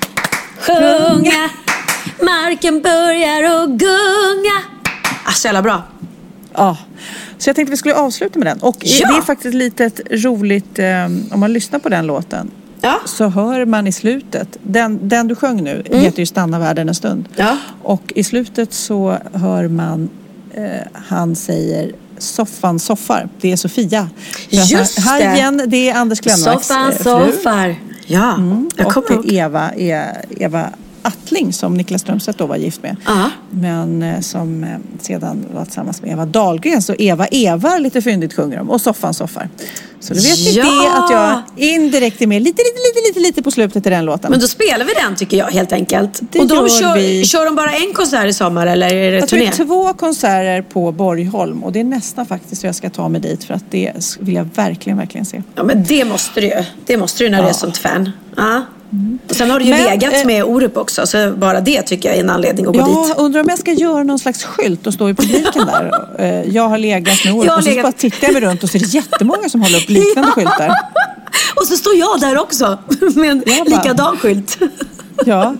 Speaker 5: sjunga. Marken börjar att gunga. Så jävla bra.
Speaker 4: Ja, så jag tänkte vi skulle avsluta med den. Och det är faktiskt lite roligt om man lyssnar på den låten. Ja. Så hör man i slutet, den du sjöng nu heter ju Stanna världen en stund. Ja. Och i slutet så hör man han säger soffan soffar. Det är Sofia.
Speaker 5: Just
Speaker 4: här igen, det är Anders Glenmarks
Speaker 5: soffan soffar. Ja,
Speaker 4: och Eva Attling som Niklas Strömstedt då var gift med. Men som sedan var tillsammans med Eva Dahlgren. Så Eva lite fyndigt sjunger om. Och soffan soffar. Så du vet det att jag indirekt är med lite på slutet i den låten.
Speaker 5: Men då spelar vi den tycker jag helt enkelt.
Speaker 4: Det
Speaker 5: och de kör de bara en konsert i sommar eller är det turné?
Speaker 4: Jag tror 2 konserter på Borgholm. Och det är nästan faktiskt så jag ska ta mig dit. För att det vill jag verkligen se.
Speaker 5: Ja men det måste du ju. Det måste du när du är sånt fan. Ja. Och sen har du ju legat med Orup också. Så bara det tycker jag är en anledning att gå dit.
Speaker 4: Ja, undrar om jag ska göra någon slags skylt och stå i publiken där. Jag har legat med Orup och så bara tittar jag mig runt och så är det jättemånga som håller upp liknande skyltar.
Speaker 5: Och så står jag där också med en likadan skylt.
Speaker 4: Ja.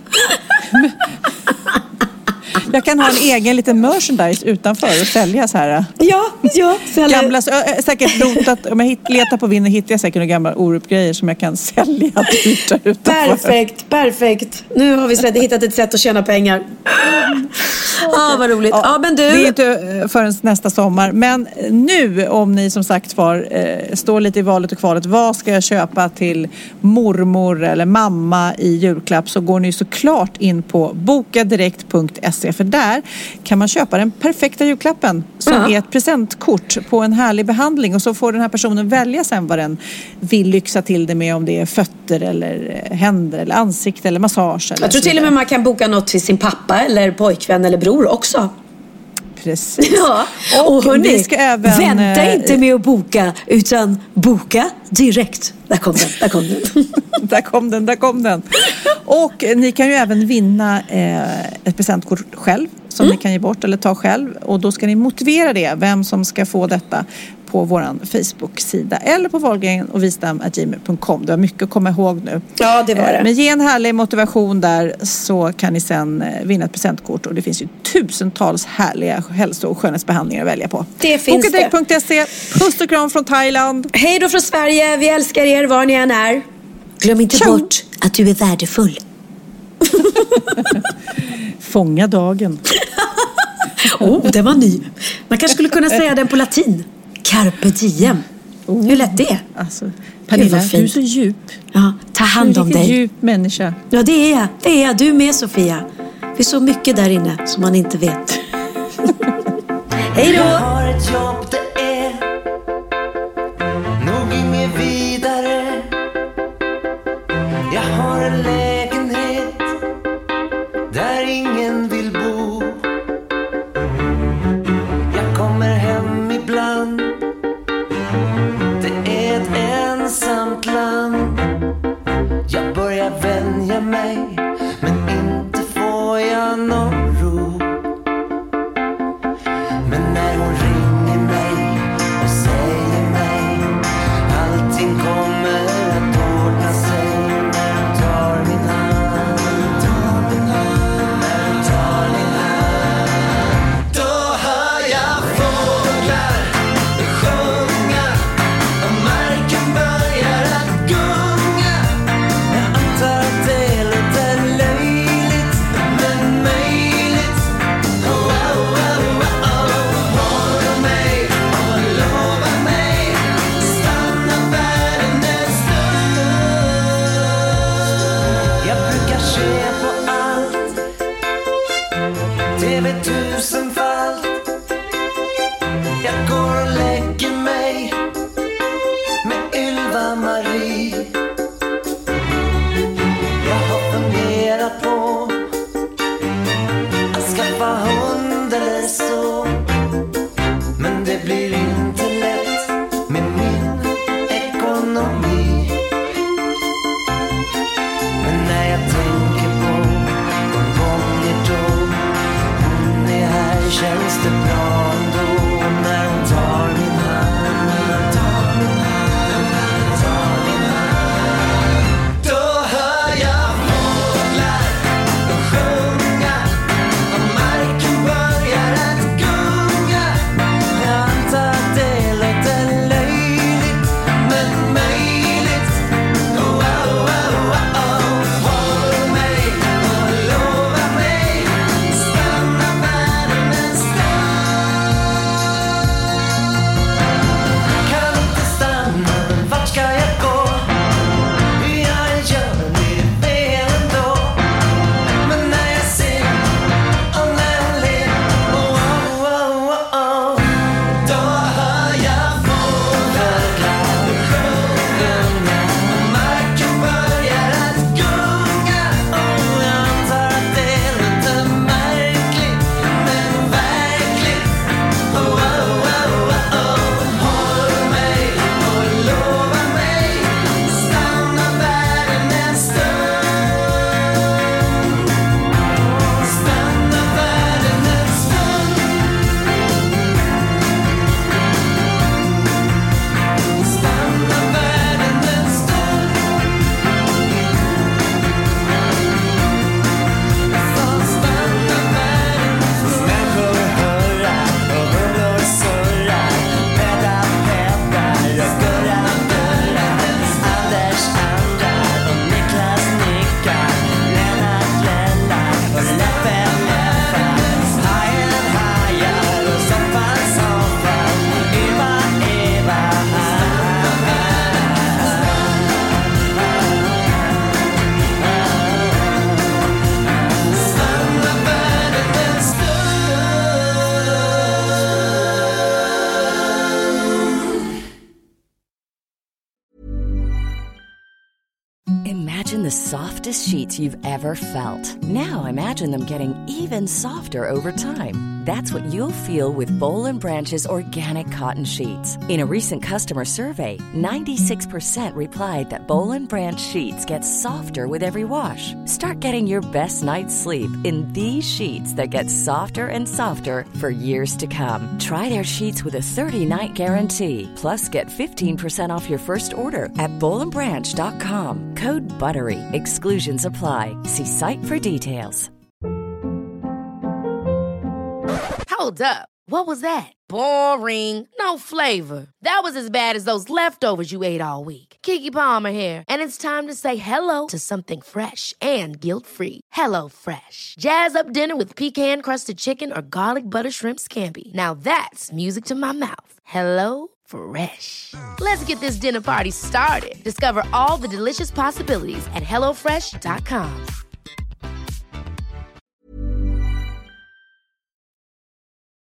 Speaker 4: Jag kan ha en egen liten merchandise utanför och sälja så här.
Speaker 5: Ja.
Speaker 4: Gamla, säkert rotat, om jag letar på vinden hittar jag säkert några gamla Orup-grejer som jag kan sälja dyrt där utanför.
Speaker 5: Perfekt. Nu har vi hittat ett sätt att tjäna pengar. Vad roligt. Ja, men du.
Speaker 4: Det är inte förrän nästa sommar. Men nu, om ni som sagt står lite i valet och kvalet, vad ska jag köpa till mormor eller mamma i julklapp, så går ni såklart in på bokadirekt.se. För där kan man köpa den perfekta julklappen som är ett presentkort på en härlig behandling. Och så får den här personen välja sen vad den vill lyxa till det med, om det är fötter eller händer eller ansikte eller massage. Eller
Speaker 5: jag tror till och med man kan boka något till sin pappa eller pojkvän eller bror också.
Speaker 4: Precis.
Speaker 5: Ja. Och hörni, vi ska även vänta inte med att boka, utan boka direkt. Där kom den. Och ni kan ju även vinna ett presentkort själv som ni kan ge bort eller ta själv. Och då ska ni motivera det, vem som ska få detta, på våran Facebook-sida eller på wahlgrenochwistam@gmail.com. Det var mycket att komma ihåg nu. Ja, det var det.
Speaker 4: Men ge en härlig motivation där, så kan ni sen vinna ett presentkort. Och det finns ju tusentals härliga hälso- och skönhetsbehandlingar att välja på.
Speaker 5: Det finns det.
Speaker 4: Bokadirekt.se. Puss och kram från Thailand.
Speaker 5: Hej då från Sverige. Vi älskar er var ni än är. Glöm inte bort att du är värdefull.
Speaker 4: Fånga dagen.
Speaker 5: Det var ny. Man kanske skulle kunna säga den på latin. Carpe diem. Hur lätt det är.
Speaker 4: Alltså, Pernilla, du är så djup.
Speaker 5: Ja, ta hand om dig.
Speaker 4: Du är en djup människa.
Speaker 5: Ja, det är jag. Du med, Sofia. Det är så mycket där inne som man inte vet. Hej då!
Speaker 9: Jag har ett jobb, det är nog inget vidare. Jag har en lägenhet där ingen vill bo. Jag kommer hem ibland. Det är ett ensamt land. Jag börjar vänja mig, men inte får jag någon ro. Men när hon ringer mig Jag går och lägger mig med Ylva-Marie. Jag har funderat på att skaffa hund eller så, men det blir inte lätt med min ekonomi. Men när jag tänker på de gånger då hon är här, känns det bra ändå. När hon tar min hand, då hör jag fåglar och sjunga och marken börjar att gunga. Jag antar att det låter löjligt men möjligt. Oh, oh, oh, oh, oh. Håll mig och lova mig, stanna världen en stund. Kan inte stanna, men vart ska jag gå? Jag gör det fel ändå. Men när jag ser och när hon ler, oh, oh, oh, oh, oh, då hör jag fåglar sjunga och marken börjar att gunga. Och jag antar att det låter märkligt men verkligt. Oh, oh, oh, oh, oh. Håll mig och lova mig, stanna världen en stund. Stanna världen en stund. Stanna världen en stund. Stanna världen. Människor hurra och bullor surra. Pedda, pedda, jag gurrar, gurrar. Anders andrar och Niklas nickar. Lennart lällar och Leppe läppar. Hajen hajar och soffan soffar. Eva, Eva, stanna världen. Stanna världen en stund.
Speaker 10: Imagine the softest sheets you've ever felt. Now imagine them getting even softer over time. That's what you'll feel with Boll and Branch's organic cotton sheets. In a recent customer survey, 96% replied that Boll and Branch sheets get softer with every wash. Start getting your best night's sleep in these sheets that get softer and softer for years to come. Try their sheets with a 30-night guarantee. Plus, get 15% off your first order at bollandbranch.com. Code BUTTERY. Exclusions apply. See site for details.
Speaker 11: Hold up. What was that? Boring. No flavor. That was as bad as those leftovers you ate all week. Keke Palmer here, and it's time to say hello to something fresh and guilt-free. Hello Fresh. Jazz up dinner with pecan-crusted chicken or garlic butter shrimp scampi. Now that's music to my mouth. Hello Fresh. Let's get this dinner party started. Discover all the delicious possibilities at hellofresh.com.